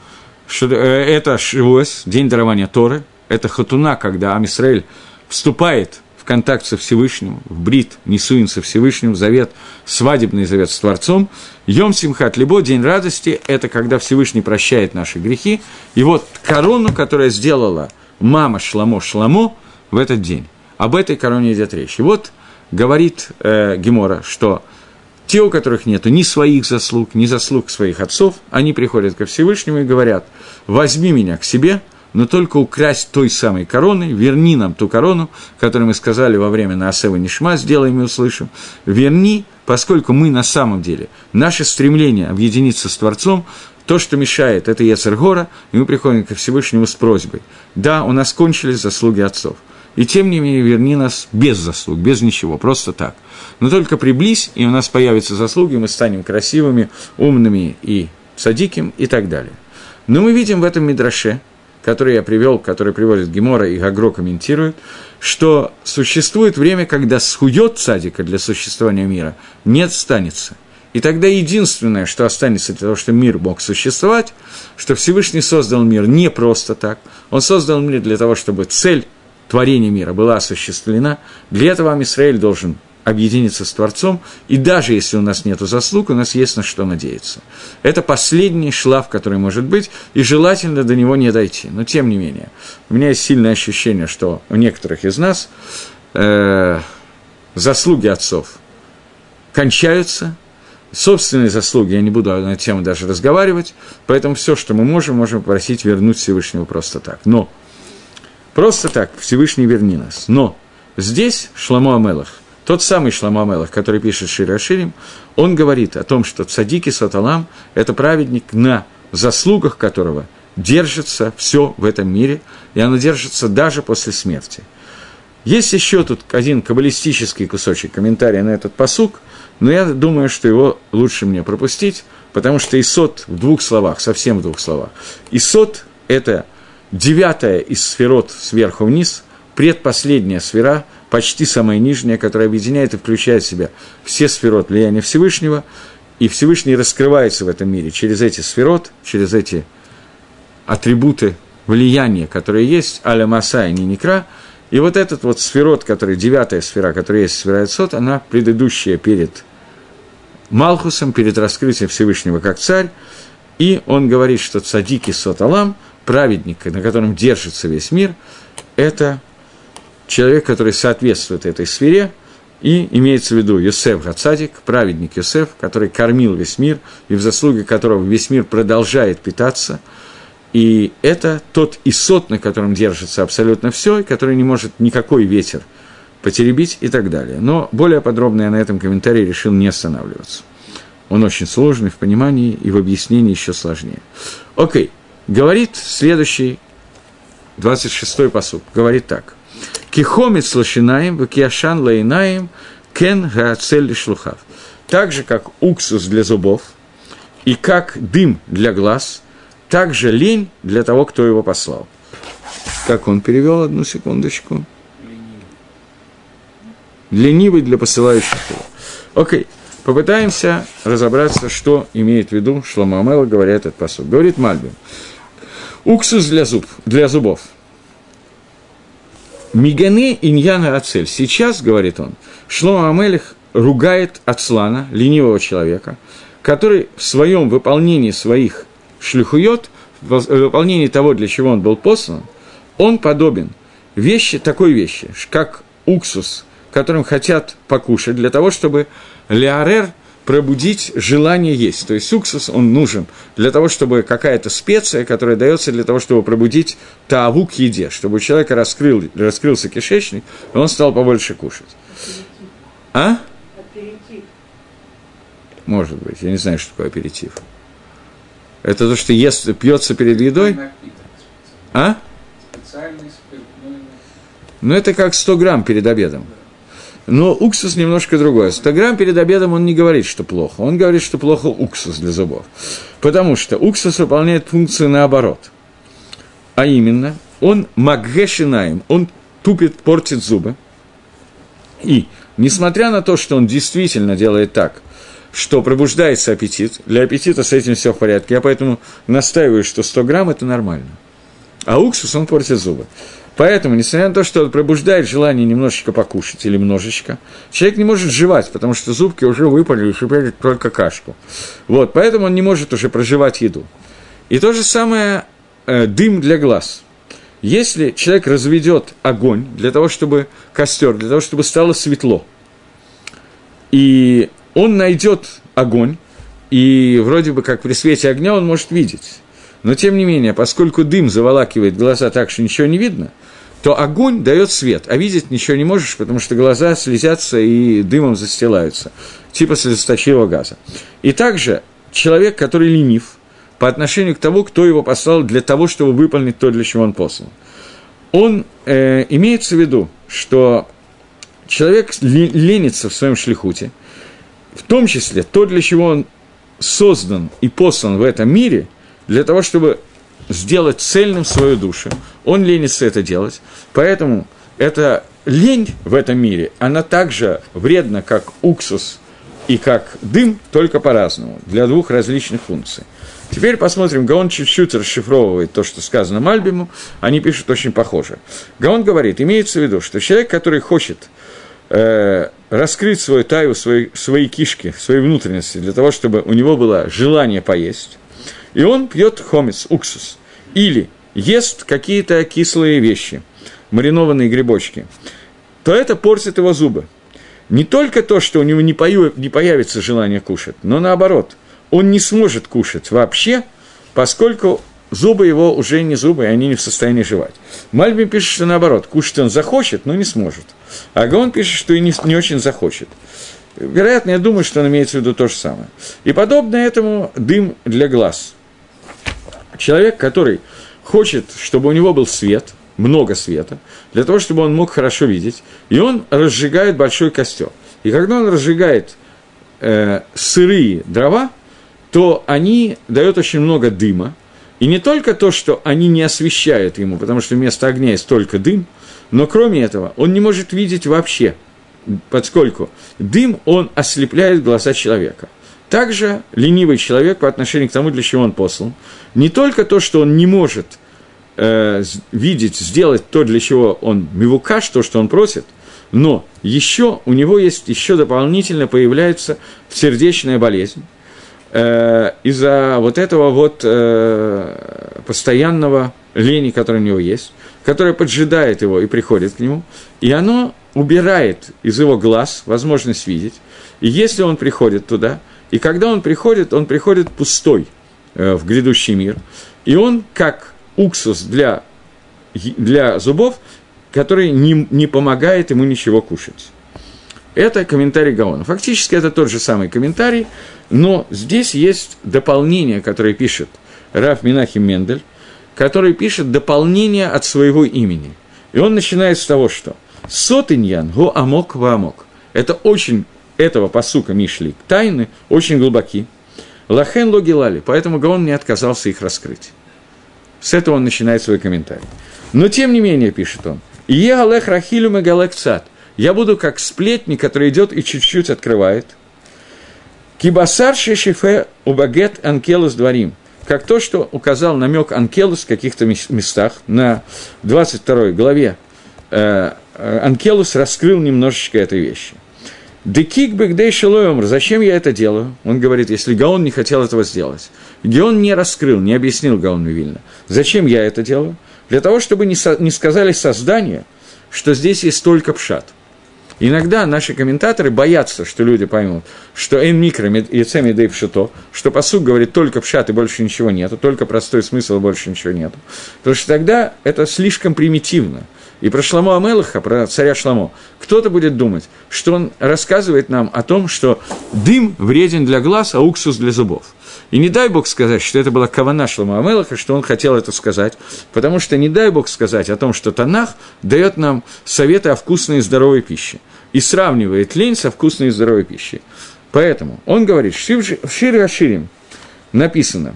это Шивос, день дарования Торы, это Хатуна, когда Ам Исраэль вступает в контакт со Всевышним, в брит, нисуин со Всевышним, завет, свадебный завет с Творцом. Йом Симхат Либо, день радости, это когда Всевышний прощает наши грехи. И вот корону, которая сделала мама Шламо Шламо в этот день, об этой короне идет речь. И вот говорит э, Гемора, что те, у которых нет ни своих заслуг, ни заслуг своих отцов, они приходят ко Всевышнему и говорят, возьми меня к себе, но только украсть той самой короны, верни нам ту корону, которую мы сказали во время Наасева Нишма, сделаем и услышим, верни, поскольку мы на самом деле, наше стремление объединиться с Творцом, то, что мешает, это Йецер Гора, и мы приходим ко Всевышнему с просьбой. Да, у нас кончились заслуги отцов, и тем не менее верни нас без заслуг, без ничего, просто так. Но только приблизь, и у нас появятся заслуги, мы станем красивыми, умными и цадиким и так далее. Но мы видим в этом мидраше, который я привел, который приводит Гемора и Гагро комментирует, что существует время, когда схует цадика для существования мира не останется. И тогда единственное, что останется для того, чтобы мир мог существовать, что Всевышний создал мир не просто так, он создал мир для того, чтобы цель творения мира была осуществлена. Для этого Ам Исраэль должен объединиться с Творцом, и даже если у нас нет заслуг, у нас есть на что надеяться. Это последний шлаф, который может быть, и желательно до него не дойти. Но тем не менее, у меня есть сильное ощущение, что у некоторых из нас э, заслуги отцов кончаются, собственные заслуги, я не буду на эту тему даже разговаривать, поэтому все, что мы можем, можем попросить вернуть Всевышнего просто так. Но, просто так, Всевышний верни нас. Но здесь Шломо Амелах, тот самый Шломо Амелах, который пишет Шир Аширим, он говорит о том, что цадики саталам – это праведник, на заслугах которого держится все в этом мире, и оно держится даже после смерти. Есть еще тут один каббалистический кусочек комментария на этот пасук, но я думаю, что его лучше мне пропустить, потому что Исод в двух словах, совсем в двух словах. Исод – это девятая из сферот сверху вниз, предпоследняя сфера, почти самая нижняя, которая объединяет и включает в себя все сферот влияния Всевышнего, и Всевышний раскрывается в этом мире через эти сферот, через эти атрибуты влияния, которые есть, аля маса и ниникра, и вот этот вот сферот, который, девятая сфера, которая есть сфера Эцот, она предыдущая перед Малхусом, перед раскрытием Всевышнего как царь, и он говорит, что цадики сот алам, праведник, на котором держится весь мир, это человек, который соответствует этой сфере, и имеется в виду Йосеф Гацадик, праведник Йосеф, который кормил весь мир, и в заслуге которого весь мир продолжает питаться. И это тот исот, на котором держится абсолютно все, и который не может никакой ветер потеребить и так далее. Но более подробно я на этом комментарии решил не останавливаться. Он очень сложный в понимании и в объяснении еще сложнее. Окей, говорит следующий, двадцать шестой пасук, говорит так. «Кихомец лошинаем, вакиашан лаинаем, кен гаацель шлухав». Так же, как уксус для зубов, и как дым для глаз, так же лень для того, кто его послал. Как он перевел, одну секундочку? Ленивый для посылающих его. Окей, попытаемся разобраться, что имеет в виду Шломо АМЕЛЕХ, говоря этот пасук. Говорит Мальбим. Уксус для, зуб, для зубов. Мигане иньяна ацель. Сейчас, говорит он, Шломо АМЕЛЕХ ругает ацлана, ленивого человека, который в своем выполнении своих шлихуйот, в выполнении того, для чего он был послан, он подобен вещи, такой вещи, как уксус, которым хотят покушать, для того, чтобы леарер пробудить желание есть. То есть уксус, он нужен для того, чтобы какая-то специя, которая дается для того, чтобы пробудить тааву к еде, чтобы у человека раскрыл, раскрылся кишечник, и он стал побольше кушать. А? Аперитив. Может быть, я не знаю, что такое аперитив. Это то, что ест, пьется перед едой? А? Ну, это как сто грамм перед обедом. Но уксус немножко другое. сто грамм перед обедом он не говорит, что плохо. Он говорит, что плохо уксус для зубов. Потому что уксус выполняет функцию наоборот. А именно, он маггэшинаем, он тупит, портит зубы. И, несмотря на то, что он действительно делает так, что пробуждается аппетит, для аппетита с этим все в порядке, я поэтому настаиваю, что сто грамм – это нормально. А уксус, он портит зубы. Поэтому, несмотря на то, что он пробуждает желание немножечко покушать или немножечко, человек не может жевать, потому что зубки уже выпали и шипят только кашку. Вот, поэтому он не может уже прожевать еду. И то же самое э, дым для глаз. Если человек разведет огонь для того, чтобы костер, для того, чтобы стало светло, и он найдет огонь, и вроде бы как при свете огня он может видеть. Но, тем не менее, поскольку дым заволакивает глаза так, что ничего не видно, то огонь дает свет, а видеть ничего не можешь, потому что глаза слезятся и дымом застилаются, типа слезоточивого газа. И также человек, который ленив, по отношению к тому, кто его послал для того, чтобы выполнить то, для чего он послан, он э, имеется в виду, что человек ленится в своем шлихуте, в том числе то, для чего он создан и послан в этом мире, для того, чтобы сделать цельным свою душу. Он ленится это делать. Поэтому эта лень в этом мире, она так же вредна, как уксус и как дым, только по-разному, для двух различных функций. Теперь посмотрим, Гаон чуть-чуть расшифровывает то, что сказано Мальбиму, они пишут очень похоже. Гаон говорит, имеется в виду, что человек, который хочет э, раскрыть свою тайву, свои, свои кишки, свои внутренности, для того, чтобы у него было желание поесть, и он пьет хомец, уксус, или ест какие-то кислые вещи, маринованные грибочки, то это портит его зубы. Не только то, что у него не появится желание кушать, но наоборот, он не сможет кушать вообще, поскольку зубы его уже не зубы, и они не в состоянии жевать. Мальбим пишет, что наоборот, кушать он захочет, но не сможет. А Гаон пишет, что и не, не очень захочет. Вероятно, я думаю, что он имеется в виду то же самое. И подобно этому дым для глаз. Человек, который хочет, чтобы у него был свет, много света, для того, чтобы он мог хорошо видеть, и он разжигает большой костер. И когда он разжигает э, сырые дрова, то они дают очень много дыма. И не только то, что они не освещают ему, потому что вместо огня есть только дым, но кроме этого он не может видеть вообще, поскольку дым, он ослепляет глаза человека. Также ленивый человек по отношению к тому, для чего он послан, не только то, что он не может э, видеть, сделать то, для чего он мивукаш, то, что он просит, но еще у него есть, еще дополнительно появляется сердечная болезнь э, из-за вот этого вот э, постоянного лени, который у него есть, которая поджидает его и приходит к нему, и оно убирает из его глаз возможность видеть, и если он приходит туда, и когда он приходит, он приходит пустой э, в грядущий мир, и он, как уксус для, для зубов, который не, не помогает ему ничего кушать. Это комментарий Гаона. Фактически это тот же самый комментарий, но здесь есть дополнение, которое пишет Рав Менахем Мендель, который пишет дополнение от своего имени. И он начинает с того, что «Сот иньян го амок ва амок». Это очень, этого пасука Мишли тайны очень глубоки. «Лахен ло гилали», поэтому Гаон не отказался их раскрыть. С этого он начинает свой комментарий. Но тем не менее, пишет он, «Ие алех рахилю мегалек цат». Я буду как сплетни, который идет и чуть-чуть открывает. «Кибасар шешифе убагет анкелус дворим». Как то, что указал намек Анкелус в каких-то местах, на двадцать второй главе э, Анкелус раскрыл немножечко этой вещи. «Декик бэгдэй шелойомр», зачем я это делаю? Он говорит, если Гаон не хотел этого сделать. Гаон не раскрыл, не объяснил Гаон Мивильна. Зачем я это делаю? Для того, чтобы не, со, не сказали создание, что здесь есть только пшат. Иногда наши комментаторы боятся, что люди поймут, что «эн микро яцеми дэй пшато», что пасук говорит только пшат и больше ничего нету, только простой смысл и больше ничего нету. Потому что тогда это слишком примитивно. И про Шломо Амелаха, про царя Шломо, кто-то будет думать, что он рассказывает нам о том, что дым вреден для глаз, а уксус для зубов. И не дай Бог сказать, что это была кавана Шломо Амелаха, что он хотел это сказать, потому что не дай Бог сказать о том, что Танах дает нам советы о вкусной и здоровой пище и сравнивает лень со вкусной и здоровой пищей. Поэтому он говорит, в Шир Аширим написано,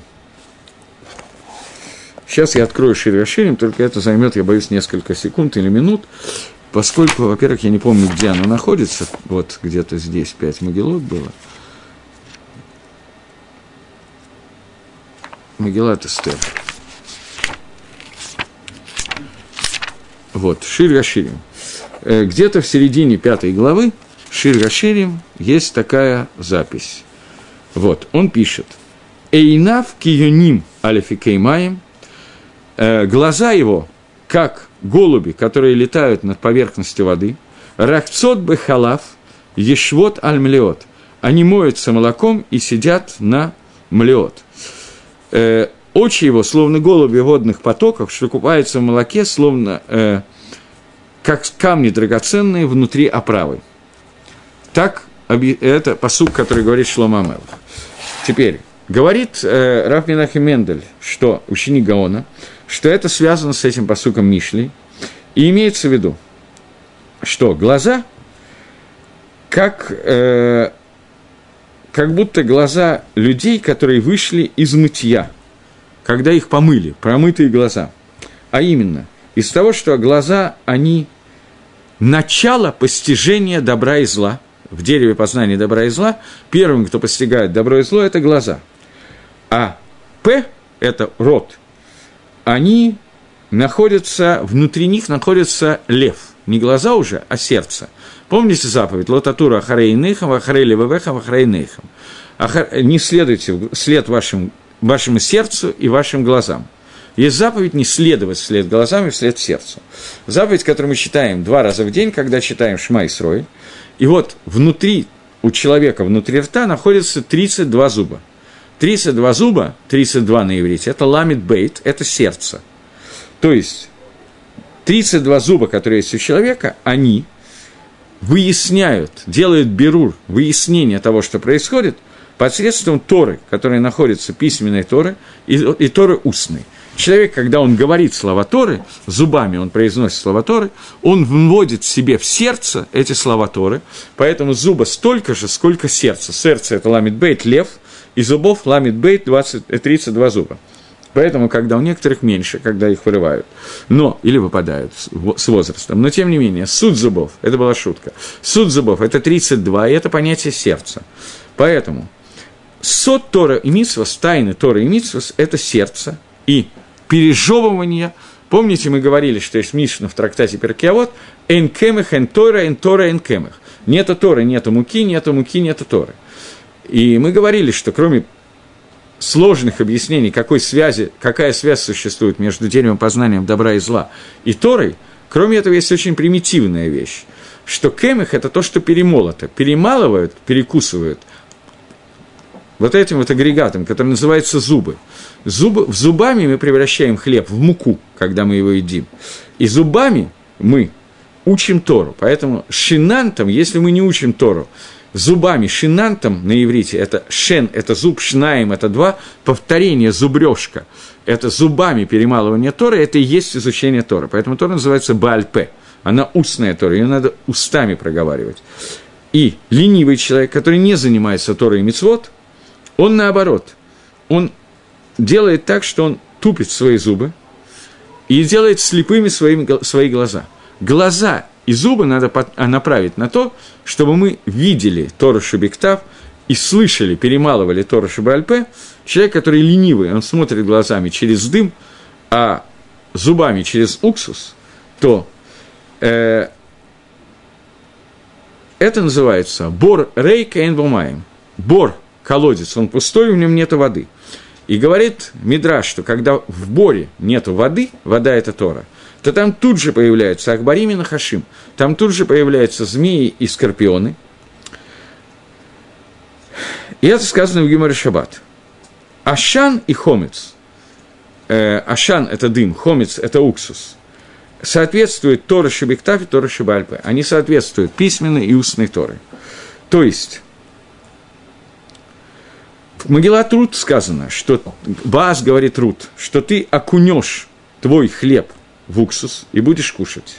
сейчас я открою Шир Аширим, только это займет, я боюсь, несколько секунд или минут, поскольку, во-первых, я не помню, где оно находится, вот где-то здесь пять могилот было. Магилат Эстер. Вот, Шир Аширим. Где-то в середине пятой главы Шир Аширим есть такая запись. Вот, он пишет. «Эйнав киюним алефикеймаем». Глаза его, как голуби, которые летают над поверхностью воды. «Рахцот бехалав ешвот аль-млеот». Они моются молоком и сидят на млеот. Очи его, словно голуби водных потоков, что купаются в молоке, словно э, как камни драгоценные внутри оправы. Так, это пасук, который говорит Шломо Амелах. Теперь, говорит э, Рав Менахем Мендель, что ученик Гаона, что это связано с этим пасуком Мишли, и имеется в виду, что глаза, как, э, как будто глаза людей, которые вышли из мытья, когда их помыли, промытые глаза. А именно, из того, что глаза, они начало постижения добра и зла. В дереве познания добра и зла первым, кто постигает добро и зло, это глаза. А П, это рот, они находятся, внутри них находится лев. Не глаза уже, а сердце. Помните заповедь? Лотатура ахарей нейхам, ахарей левевехам, ахарей нейхам. Не следуйте вслед вашим, вашему сердцу и вашим глазам. Есть заповедь не следовать вслед глазам и вслед сердцу. Заповедь, которую мы читаем два раза в день, когда читаем Шма Исроэль. И вот внутри, у человека внутри рта находится тридцать два зуба. тридцать два зуба, тридцать два на иврите, это ламид бейт, это сердце. То есть тридцать два зуба, которые есть у человека, они выясняют, делают бирур, выяснение того, что происходит, посредством Торы, которая находится, письменной Торы, и, и Торы устной. Человек, когда он говорит слова Торы, зубами он произносит слова Торы, он вводит себе в сердце эти слова Торы, поэтому зуба столько же, сколько сердца. Сердце – это ламид бейт, лев, и зубов ламид бейт тридцать два зуба. Поэтому, когда у некоторых меньше, когда их вырывают, но, или выпадают с возрастом, но тем не менее, суть зубов, это была шутка, суть зубов – это тридцать два, и это понятие сердца. Поэтому сот Тора и Мицвос, тайны Тора и Мицвос – это сердце, и пережевывание. Помните, мы говорили, что есть Мишна в трактате Перкей Авот, «Эн кемех, эн Тора, эн Тора, эн кемех». Нету Торы, нету муки, нету муки, нету Торы. И мы говорили, что кроме сложных объяснений, какой связи, какая связь существует между деревом познанием добра и зла и Торой, кроме этого есть очень примитивная вещь, что кемех – это то, что перемолото, перемалывают, перекусывают вот этим вот агрегатом, который называется зубы. Зубы, зубами мы превращаем хлеб в муку, когда мы его едим. И зубами мы учим Тору. Поэтому шинантом, если мы не учим Тору, зубами шинантом на иврите, это шен, это зуб, шнаем, это два, повторение, зубрёжка, это зубами перемалывание Торы, это и есть изучение Торы. Поэтому Тора называется Бааль-Пе, она устная Тора, ее надо устами проговаривать. И ленивый человек, который не занимается Торой и мицвот, он наоборот, он делает так, что он тупит свои зубы и делает слепыми своими, свои глаза. Глаза и зубы надо направить на то, чтобы мы видели Тору Шебектав и слышали, перемалывали Тору Шебааль-Пе. Человек, который ленивый, он смотрит глазами через дым, а зубами через уксус, то э, это называется бор рейка эн бумаем. Бор, колодец, он пустой, в нем нет воды. И говорит Мидраш, что когда в боре нет воды, вода – это Тора, то там тут же появляются Ахбарим и Нахашим, там тут же появляются змеи и скорпионы. И это сказано в Гемаре Шаббат. Ашан и хомец. Э, ашан – это дым, хомец – это уксус. Соответствуют Тора Шебектав и Тора Шебааль-Пе. Они соответствуют письменной и устной Торе. То есть, в Магилат Рут сказано, что Баас говорит Рут, что ты окунешь твой хлеб в уксус и будешь кушать.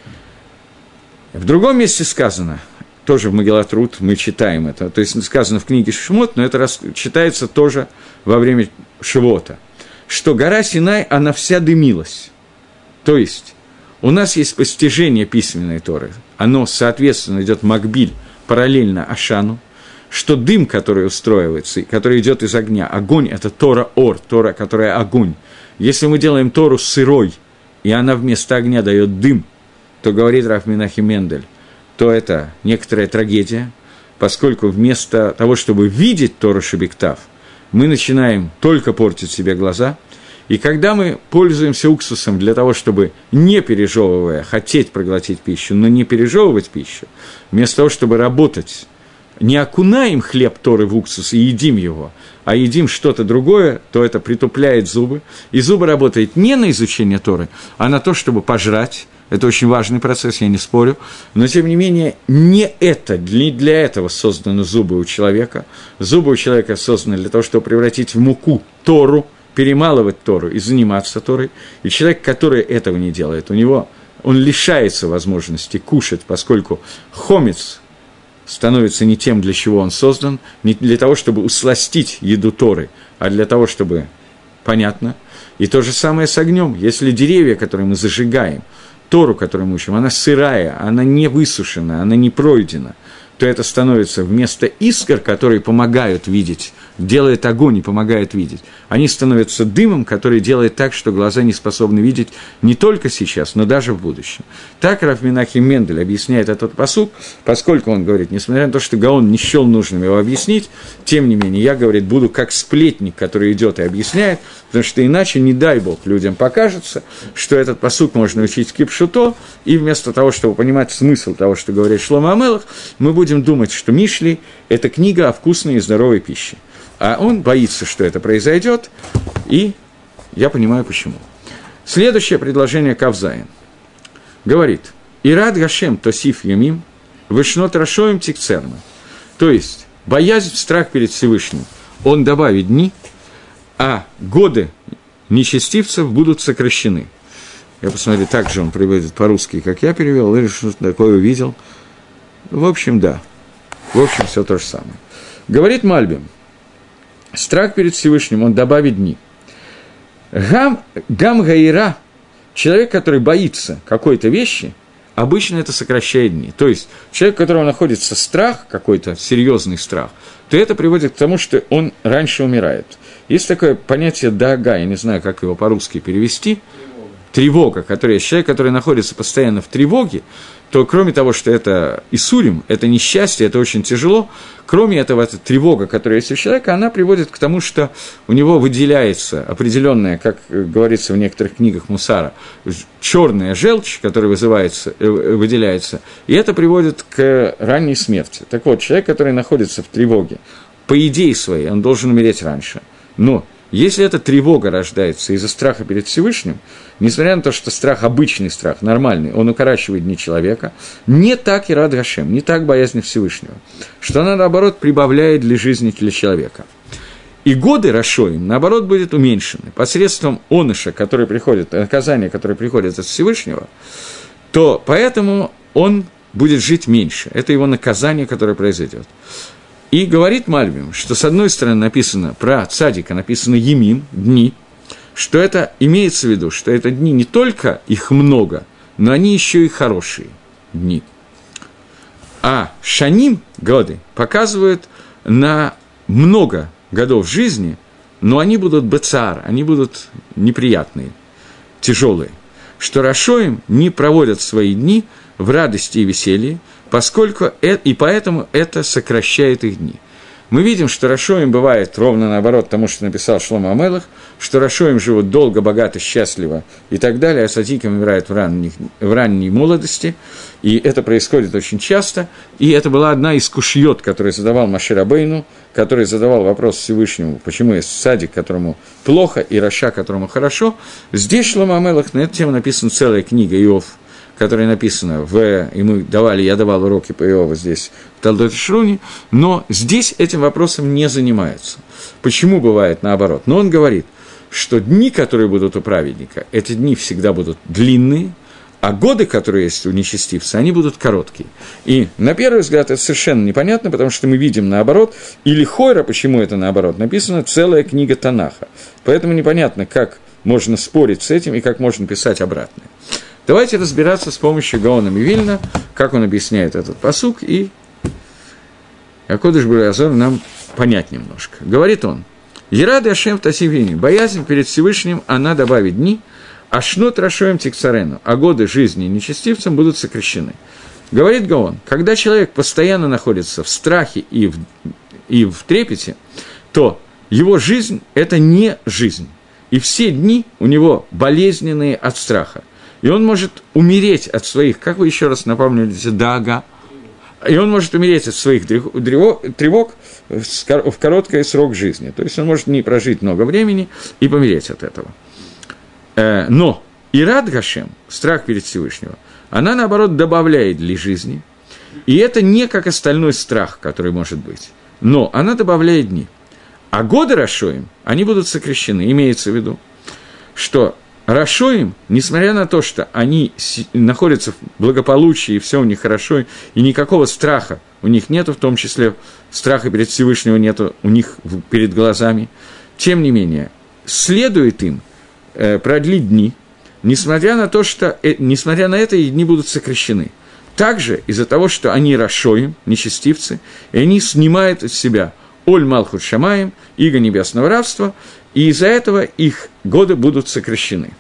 В другом месте сказано, тоже в Магилат Рут мы читаем это, то есть сказано в книге Шмот, но это раз, читается тоже во время Шивота, что гора Синай, она вся дымилась. То есть у нас есть постижение письменной Торы, оно, соответственно, идет макбиль, параллельно Ашану, что дым, который устроивается, который идет из огня, огонь – это Тора-Ор, Тора, которая огонь. Если мы делаем Тору сырой, и она вместо огня дает дым, то, говорит Рав Менахем Мендель, то это некоторая трагедия, поскольку вместо того, чтобы видеть Тору Шебектав, мы начинаем только портить себе глаза, и когда мы пользуемся уксусом для того, чтобы, не пережевывая, хотеть проглотить пищу, но не пережевывать пищу, вместо того, чтобы работать, не окунаем хлеб Торы в уксус и едим его, а едим что-то другое, то это притупляет зубы. И зубы работают не на изучение Торы, а на то, чтобы пожрать. Это очень важный процесс, я не спорю. Но, тем не менее, не это, не для этого созданы зубы у человека. Зубы у человека созданы для того, чтобы превратить в муку Тору, перемалывать Тору и заниматься Торой. И человек, который этого не делает, у него, он лишается возможности кушать, поскольку хомец становится не тем, для чего он создан, не для того, чтобы усластить еду Торы, а для того, чтобы, понятно. И то же самое с огнем. Если деревья, которые мы зажигаем, Тору, которую мы учим, она сырая, она не высушена, она не пройдена, то это становится вместо искр, которые помогают видеть, делает огонь и помогает видеть, они становятся дымом, который делает так, что глаза не способны видеть не только сейчас, но даже в будущем. Так Рав Менахем Мендель объясняет этот пасук, поскольку он говорит, несмотря на то, что Гаон не счел нужным его объяснить, тем не менее, я, говорит, буду как сплетник, который идет и объясняет, потому что иначе, не дай Бог, людям покажется, что этот пасук можно учить кипшуто, и вместо того, чтобы понимать смысл того, что говорит Шломо а-Мелех, мы будем думать, что Мишли – это книга о вкусной и здоровой пище. А он боится, что это произойдет, и я понимаю, почему. Следующее предложение Кавзаин. Говорит, «Ирад Гашем тосиф ямим, вышнот рашоем тикцерна». То есть, боязнь, страх перед Всевышним, он добавит дни, а годы нечестивцев будут сокращены. Я посмотрю, так же он приводит по-русски, как я перевел, или что-то такое увидел. В общем, да. В общем, все то же самое. Говорит Мальбим, страх перед Всевышним, он добавит дни. Гам, гам гаира, человек, который боится какой-то вещи, обычно это сокращает дни. То есть, человек, у которого находится страх, какой-то серьезный страх, то это приводит к тому, что он раньше умирает. Есть такое понятие дага, я не знаю, как его по-русски перевести, тревога, которая, человек, который находится постоянно в тревоге, то кроме того, что это иссурим, это несчастье, это очень тяжело, кроме этого, эта тревога, которая есть у человека, она приводит к тому, что у него выделяется определенная, как говорится в некоторых книгах Мусара, черная желчь, которая вызывается, выделяется, и это приводит к ранней смерти. Так вот, человек, который находится в тревоге, по идее своей, он должен умереть раньше, но Если эта тревога рождается из-за страха перед Всевышним, несмотря на то, что страх, обычный страх, нормальный, он укорачивает дни человека, не так и рад Гашем, не так боязнь Всевышнего, что она, наоборот, прибавляет для жизни для человека. И годы Рашоим, наоборот, будут уменьшены посредством оныша, который приходит, наказания, которое приходит от Всевышнего, то поэтому он будет жить меньше. Это его наказание, которое произойдет. И говорит Мальбим, что с одной стороны написано про цадика, написано Емим, дни, что это имеется в виду, что это дни не только их много, но они еще и хорошие дни. А Шаним, годы, показывают на много годов жизни, но они будут бецаар, они будут неприятные, тяжелые, что Рашоим не проводят свои дни в радости и веселье, поскольку это, и поэтому это сокращает их дни. Мы видим, что Рашоим бывает ровно наоборот тому, что написал Шломо а-Мелех, что Рашоим живут долго, богато, счастливо и так далее, а цадиким умирают в, ранних, в ранней молодости, и это происходит очень часто, и это была одна из кушьет, которую задавал Моше Рабейну, который задавал вопрос Всевышнему, почему есть цадик, которому плохо, и раша, которому хорошо. Здесь Шломо а-Мелех, на эту тему написана целая книга Иов, которая написана в... И мы давали, я давал уроки по Иову здесь, в Толдот Шруни, но здесь этим вопросом не занимается. Почему бывает наоборот? Но он говорит, что дни, которые будут у праведника, эти дни всегда будут длинные, а годы, которые есть у нечестивца, они будут короткие. И на первый взгляд это совершенно непонятно, потому что мы видим наоборот, или Хойра, почему это наоборот, написана целая книга Танаха. Поэтому непонятно, как можно спорить с этим и как можно писать обратное. Давайте разбираться с помощью Гаона Мивильна, как он объясняет этот пасук, и Акодыш Барух Ху нам понять немножко. Говорит он, «Ерады Ашем Тасивини, боязнь перед Всевышним, она добавит дни, а шнот Рашоем Тиксарену, а годы жизни нечестивцам будут сокращены». Говорит Гаон, когда человек постоянно находится в страхе и в, и в трепете, то его жизнь – это не жизнь, и все дни у него болезненные от страха. И он может умереть от своих, как вы еще раз напомнили, дага, и он может умереть от своих тревог в короткий срок жизни. То есть он может не прожить много времени и помереть от этого. Но ират Гашем, страх перед Всевышнего, она, наоборот, добавляет для жизни. И это не как остальной страх, который может быть. Но она добавляет дни. А годы Рашоим, они будут сокращены. Имеется в виду, что Рашоим, несмотря на то, что они находятся в благополучии, и все у них хорошо, и никакого страха у них нету, в том числе страха перед Всевышнего нету у них перед глазами, тем не менее, следует им э, продлить дни, несмотря на то, что, э, несмотря на это, их дни будут сокращены. Также из-за того, что они Рашоим, нечестивцы, и они снимают из себя Оль Малхут Шамаем, иго небесного рабства, и из-за этого их годы будут сокращены.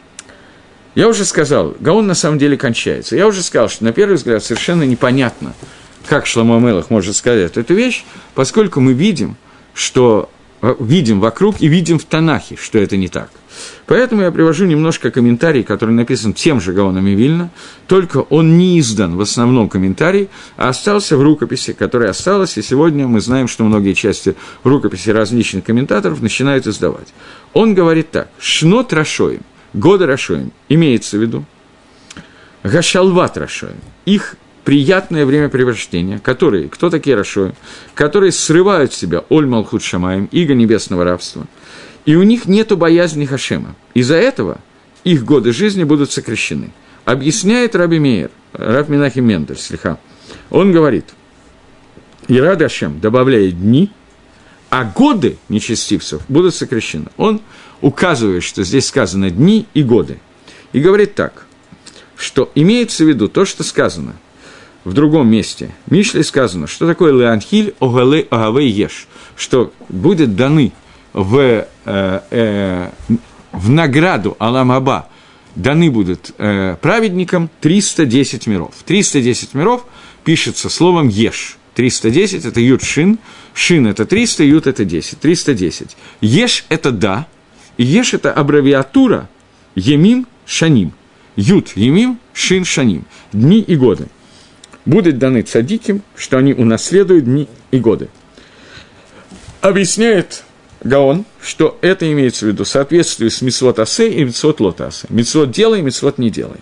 Я уже сказал, Гаон на самом деле кончается. Я уже сказал, что на первый взгляд совершенно непонятно, как Шломо а-Мелех может сказать эту вещь, поскольку мы видим, что видим вокруг и видим в Танахе, что это не так. Поэтому я привожу немножко комментарий, который написан тем же Гаоном Мивильна, только он не издан в основном комментарии, а остался в рукописи, которая осталась, и сегодня мы знаем, что многие части рукописи различных комментаторов начинают издавать. Он говорит так: «Шнот Рашоим», годы Рашоим, имеется в виду, Гашалват Рашоим, их приятное времяпрепровождение, которые, кто такие Рашоим, которые срывают с себя Оль Малхут Шамаем, иго небесного рабства, и у них нету боязни Хашема. Из-за этого их годы жизни будут сокращены. Объясняет Раби Меир, Рав Менахем Мендель, слиха. Он говорит, Ирад Хашем добавляет дни, а годы нечестивцев будут сокращены. Он указывает, что здесь сказано дни и годы. И говорит так, что имеется в виду то, что сказано в другом месте. В Мишле сказано, что такое Леанхиль Огалей Агавей Еш, что будет даны в, э, э, в награду Алам Аба, даны будут э, праведникам триста десять миров. триста десять миров пишется словом Еш. триста десять – это Юд Шин, Шин – это триста, Юд – это десять. триста десять. Еш – это да, и Еш – это аббревиатура Емим Шаним. Юд Емим, Шин Шаним. Дни и годы. Будут даны цадиким, что они унаследуют дни и годы. Объясняет Гаон, что это имеется в виду соответствие с мицвот асе и мицвот лот асе. Мицвот делай, мицвот не делай.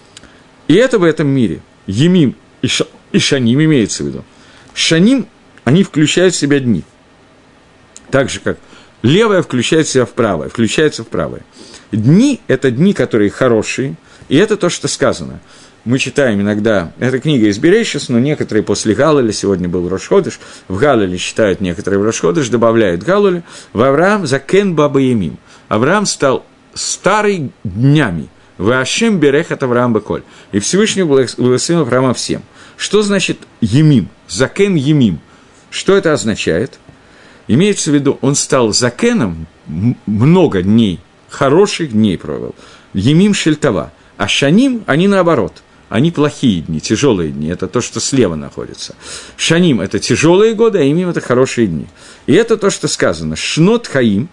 И это в этом мире. Емим и, ша, и шаним имеется в виду. Шаним, они включают в себя дни. Так же, как левое включает в себя в правое, включается в правое. Дни – это дни, которые хорошие, и это то, что сказано. Мы читаем иногда, это книга из Берейшис, но некоторые после Галуля, сегодня был Рош ходеш, в Галуле читают некоторые в Рош ходеш, добавляют Галуля, в Авраам закен баба емим. Авраам стал старый днями, ваашем берех от Авраам беколь. И Всевышний благословил Авраама всем. Что значит емим? Закен емим. Что это означает? Имеется в виду, он стал закеном, много дней, хороших дней провел. Емим шельтава. А шаним, они наоборот. Они плохие дни, тяжелые дни, это то, что слева находится. Шаним – это тяжелые годы, а имим – это хорошие дни. И это то, что сказано. Шнот хаим,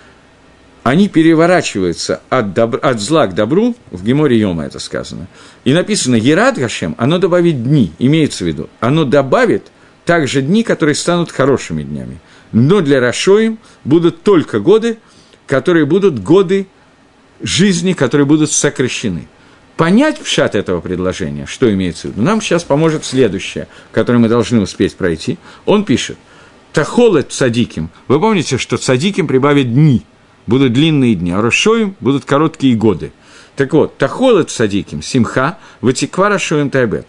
они переворачиваются от, добр... от зла к добру, в Геморе Йома это сказано. И написано «Ерад Гашем», оно добавит дни, имеется в виду. Оно добавит также дни, которые станут хорошими днями. Но для Рашоим будут только годы, которые будут годы жизни, которые будут сокращены. Понять пшат этого предложения, что имеется в виду, нам сейчас поможет следующее, которое мы должны успеть пройти. Он пишет, «Тахолет цадиким». Вы помните, что цадиким прибавит дни, будут длинные дни, а рашоим будут короткие годы. Так вот, «Тахолет цадиким», «Симха», «Ватиква рашоим тайбет».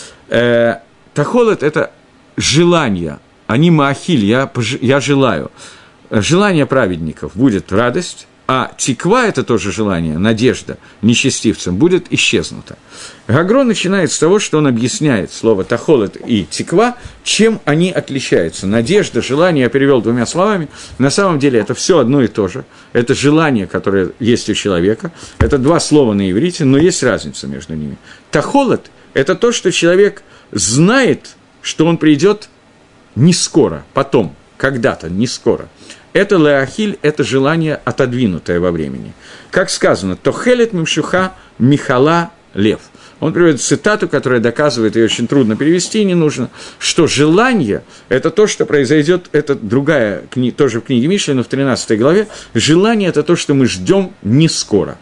Э, «Тахолет» – это желание, они маахиль, я, я желаю. Желание праведников будет радость, а тиква – это тоже желание, надежда нечестивцам, будет исчезнута. Гагро начинает с того, что он объясняет слово «тахолет» и «тиква», чем они отличаются. Надежда, желание, я перевел двумя словами, на самом деле это все одно и то же. Это желание, которое есть у человека, это два слова на иврите, но есть разница между ними. Тахолет – это то, что человек знает, что он придет не скоро, потом, когда-то, не скоро. Это леахиль, это желание, отодвинутое во времени. Как сказано, «Тохелет мимшуха михала лев». Он приводит цитату, которая доказывает, ее очень трудно перевести, не нужно, что желание – это то, что произойдет, это другая книга, тоже в книге Мишли, но в тринадцатой главе, желание – это то, что мы ждем не скоро.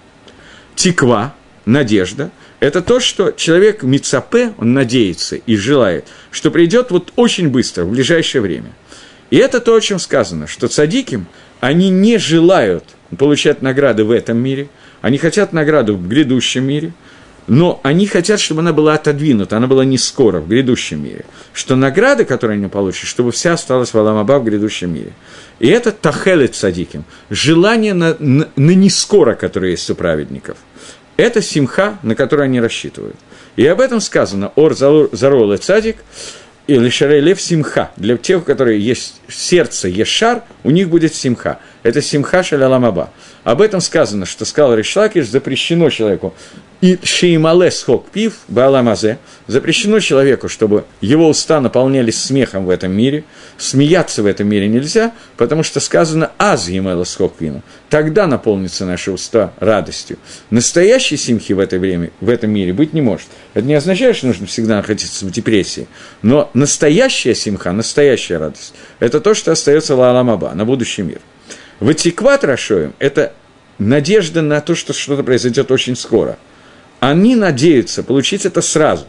Тиква, надежда – это то, что человек мицапе, он надеется и желает, что придет вот очень быстро, в ближайшее время. И это то, о чем сказано, что цадиким, они не желают получать награды в этом мире, они хотят награду в грядущем мире, но они хотят, чтобы она была отодвинута, она была не скоро, в грядущем мире. Что награда, которую они получат, чтобы вся осталась в Олам Аба в грядущем мире. И это тахелет цадиким, желание на, на, на не скоро, которое есть у праведников. Это симха, на которую они рассчитывают. И об этом сказано «Ор зарол и цадик», или шарей лев симха. Для тех, у которых есть сердце ешар, у них будет симха. Это симха шаль олам аба. Об этом сказано, что сказал Рейш Лакиш, запрещено человеку и шеймале схок пив бааламазе, запрещено человеку, чтобы его уста наполнялись смехом в этом мире, смеяться в этом мире нельзя, потому что сказано аз емела схок пину, тогда наполнятся наши уста радостью. Настоящей симхи в это время, в этом мире быть не может. Это не означает, что нужно всегда находиться в депрессии, но настоящая симха, настоящая радость, это то, что остается лаалам аба, на будущий мир. Ватикват рашоим – это надежда на то, что что-то произойдет очень скоро. Они надеются получить это сразу.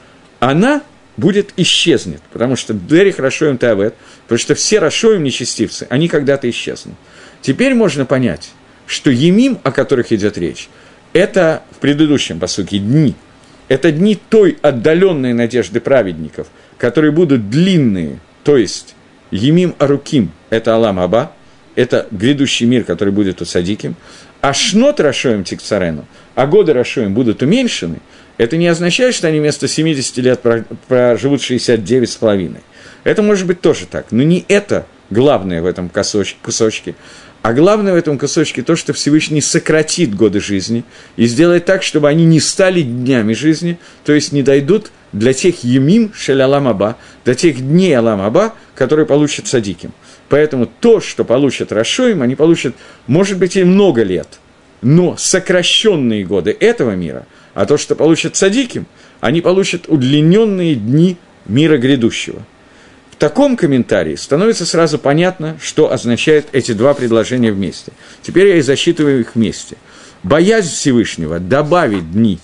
Она будет исчезнет, потому что дерих рашоим тавет, потому что все рашоим нечестивцы, они когда-то исчезнут. Теперь можно понять, что емим, о которых идет речь, это в предыдущем пасуке дни. Это дни той отдаленной надежды праведников, которые будут длинные, то есть емим аруким – это алам аба, это грядущий мир, который будет у цадиким, а шнот рашоим тикцарену, а годы рашоим будут уменьшены, это не означает, что они вместо семьдесят лет проживут шестьдесят девять с половиной. Это может быть тоже так, но не это главное в этом кусочке, а главное в этом кусочке то, что Всевышний сократит годы жизни и сделает так, чтобы они не стали днями жизни, то есть не дойдут для тех емим шель алам аба, до тех дней алам аба, которые получат цадиким. Поэтому то, что получат рашоим, они получат, может быть, и много лет, но сокращенные годы этого мира, а то, что получат цадиким, они получат удлиненные дни мира грядущего. В таком комментарии становится сразу понятно, что означают эти два предложения вместе. Теперь я и засчитываю их вместе. Боязнь Всевышнего добавить дни,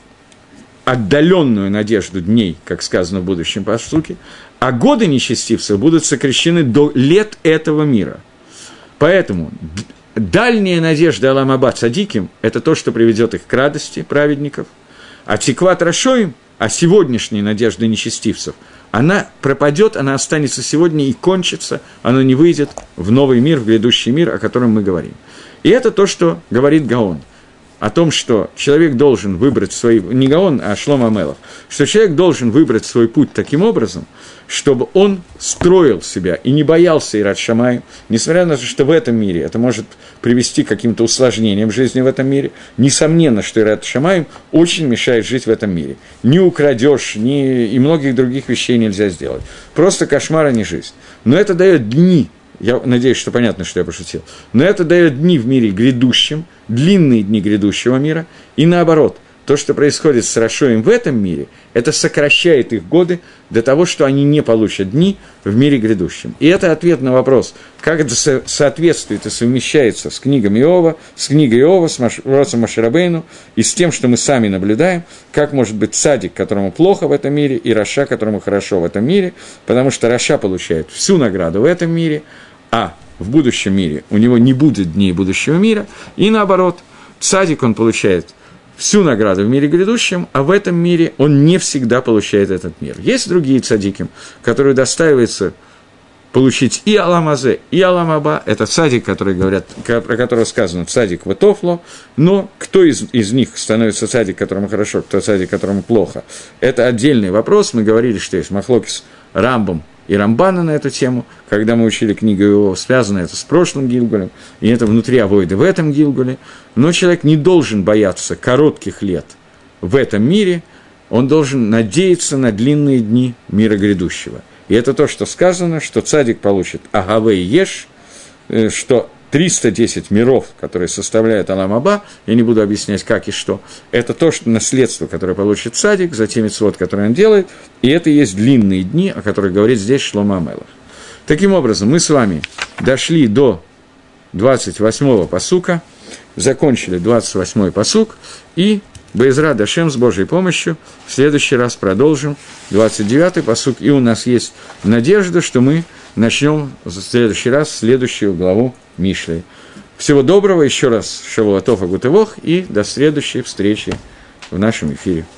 отдаленную надежду дней, как сказано в будущем пасуке, а годы нечестивцев будут сокращены до лет этого мира. Поэтому дальняя надежда Олам Аба цадиким – это то, что приведет их к радости праведников, а тикват рашоим, а сегодняшняя надежда нечестивцев, она пропадет, она останется сегодня и кончится, она не выйдет в новый мир, в грядущий мир, о котором мы говорим. И это то, что говорит Гаон, о том, что человек должен выбрать свой, не Гаон, а Шломо Амелах, что человек должен выбрать свой путь таким образом, чтобы он строил себя и не боялся Ират Шамаим, несмотря на то, что в этом мире это может привести к каким-то усложнениям жизни в этом мире. Несомненно, что Ират Шамаим очень мешает жить в этом мире. Не украдешь, ни... и многих других вещей нельзя сделать. Просто кошмар, а не жизнь. Но это дает дни. Я надеюсь, что понятно, что я пошутил. Но это дает дни в мире грядущем, длинные дни грядущего мира, и наоборот, то, что происходит с Рашоем в этом мире, это сокращает их годы до того, что они не получат дни в мире грядущем. И это ответ на вопрос, как это со- соответствует и совмещается с книгой Иова, с книгой Иова, с Роцем Моше Рабейну, и с тем, что мы сами наблюдаем, как может быть цадик, которому плохо в этом мире, и раша, которому хорошо в этом мире, потому что раша получает всю награду в этом мире, а в будущем мире у него не будет дней будущего мира, и наоборот, цадик он получает всю награду в мире грядущем, а в этом мире он не всегда получает этот мир. Есть другие цадики, которые достаиваются получить и Олам Азе, и Олам Аба. Это цадик, который говорят, про которого сказано цадик ватофло, но кто из, из них становится цадик, которому хорошо, кто цадик, которому плохо, это отдельный вопрос. Мы говорили, что есть махлокис Рамбам и Рамбана на эту тему, когда мы учили книгу его, связано это с прошлым Гилгулем, и это внутри Авойды в этом Гилгуле. Но человек не должен бояться коротких лет в этом мире, он должен надеяться на длинные дни мира грядущего. И это то, что сказано, что цадик получит Агавей Еш, что триста десять миров, которые составляют Олам Аба, я не буду объяснять, как и что, это то, что наследство, которое получит цадик, за те мицвот, которые он делает, и это и есть длинные дни, о которых говорит здесь Шломо Амелах. Таким образом, мы с вами дошли до двадцать восьмого пасука, закончили двадцать восьмой пасук, и Беэзрат Ашем с Божьей помощью в следующий раз продолжим двадцать девятый пасук, и у нас есть надежда, что мы начнем в следующий раз следующую главу Мишлей. Всего доброго, еще раз Шавуатов Агутывох, и до следующей встречи в нашем эфире.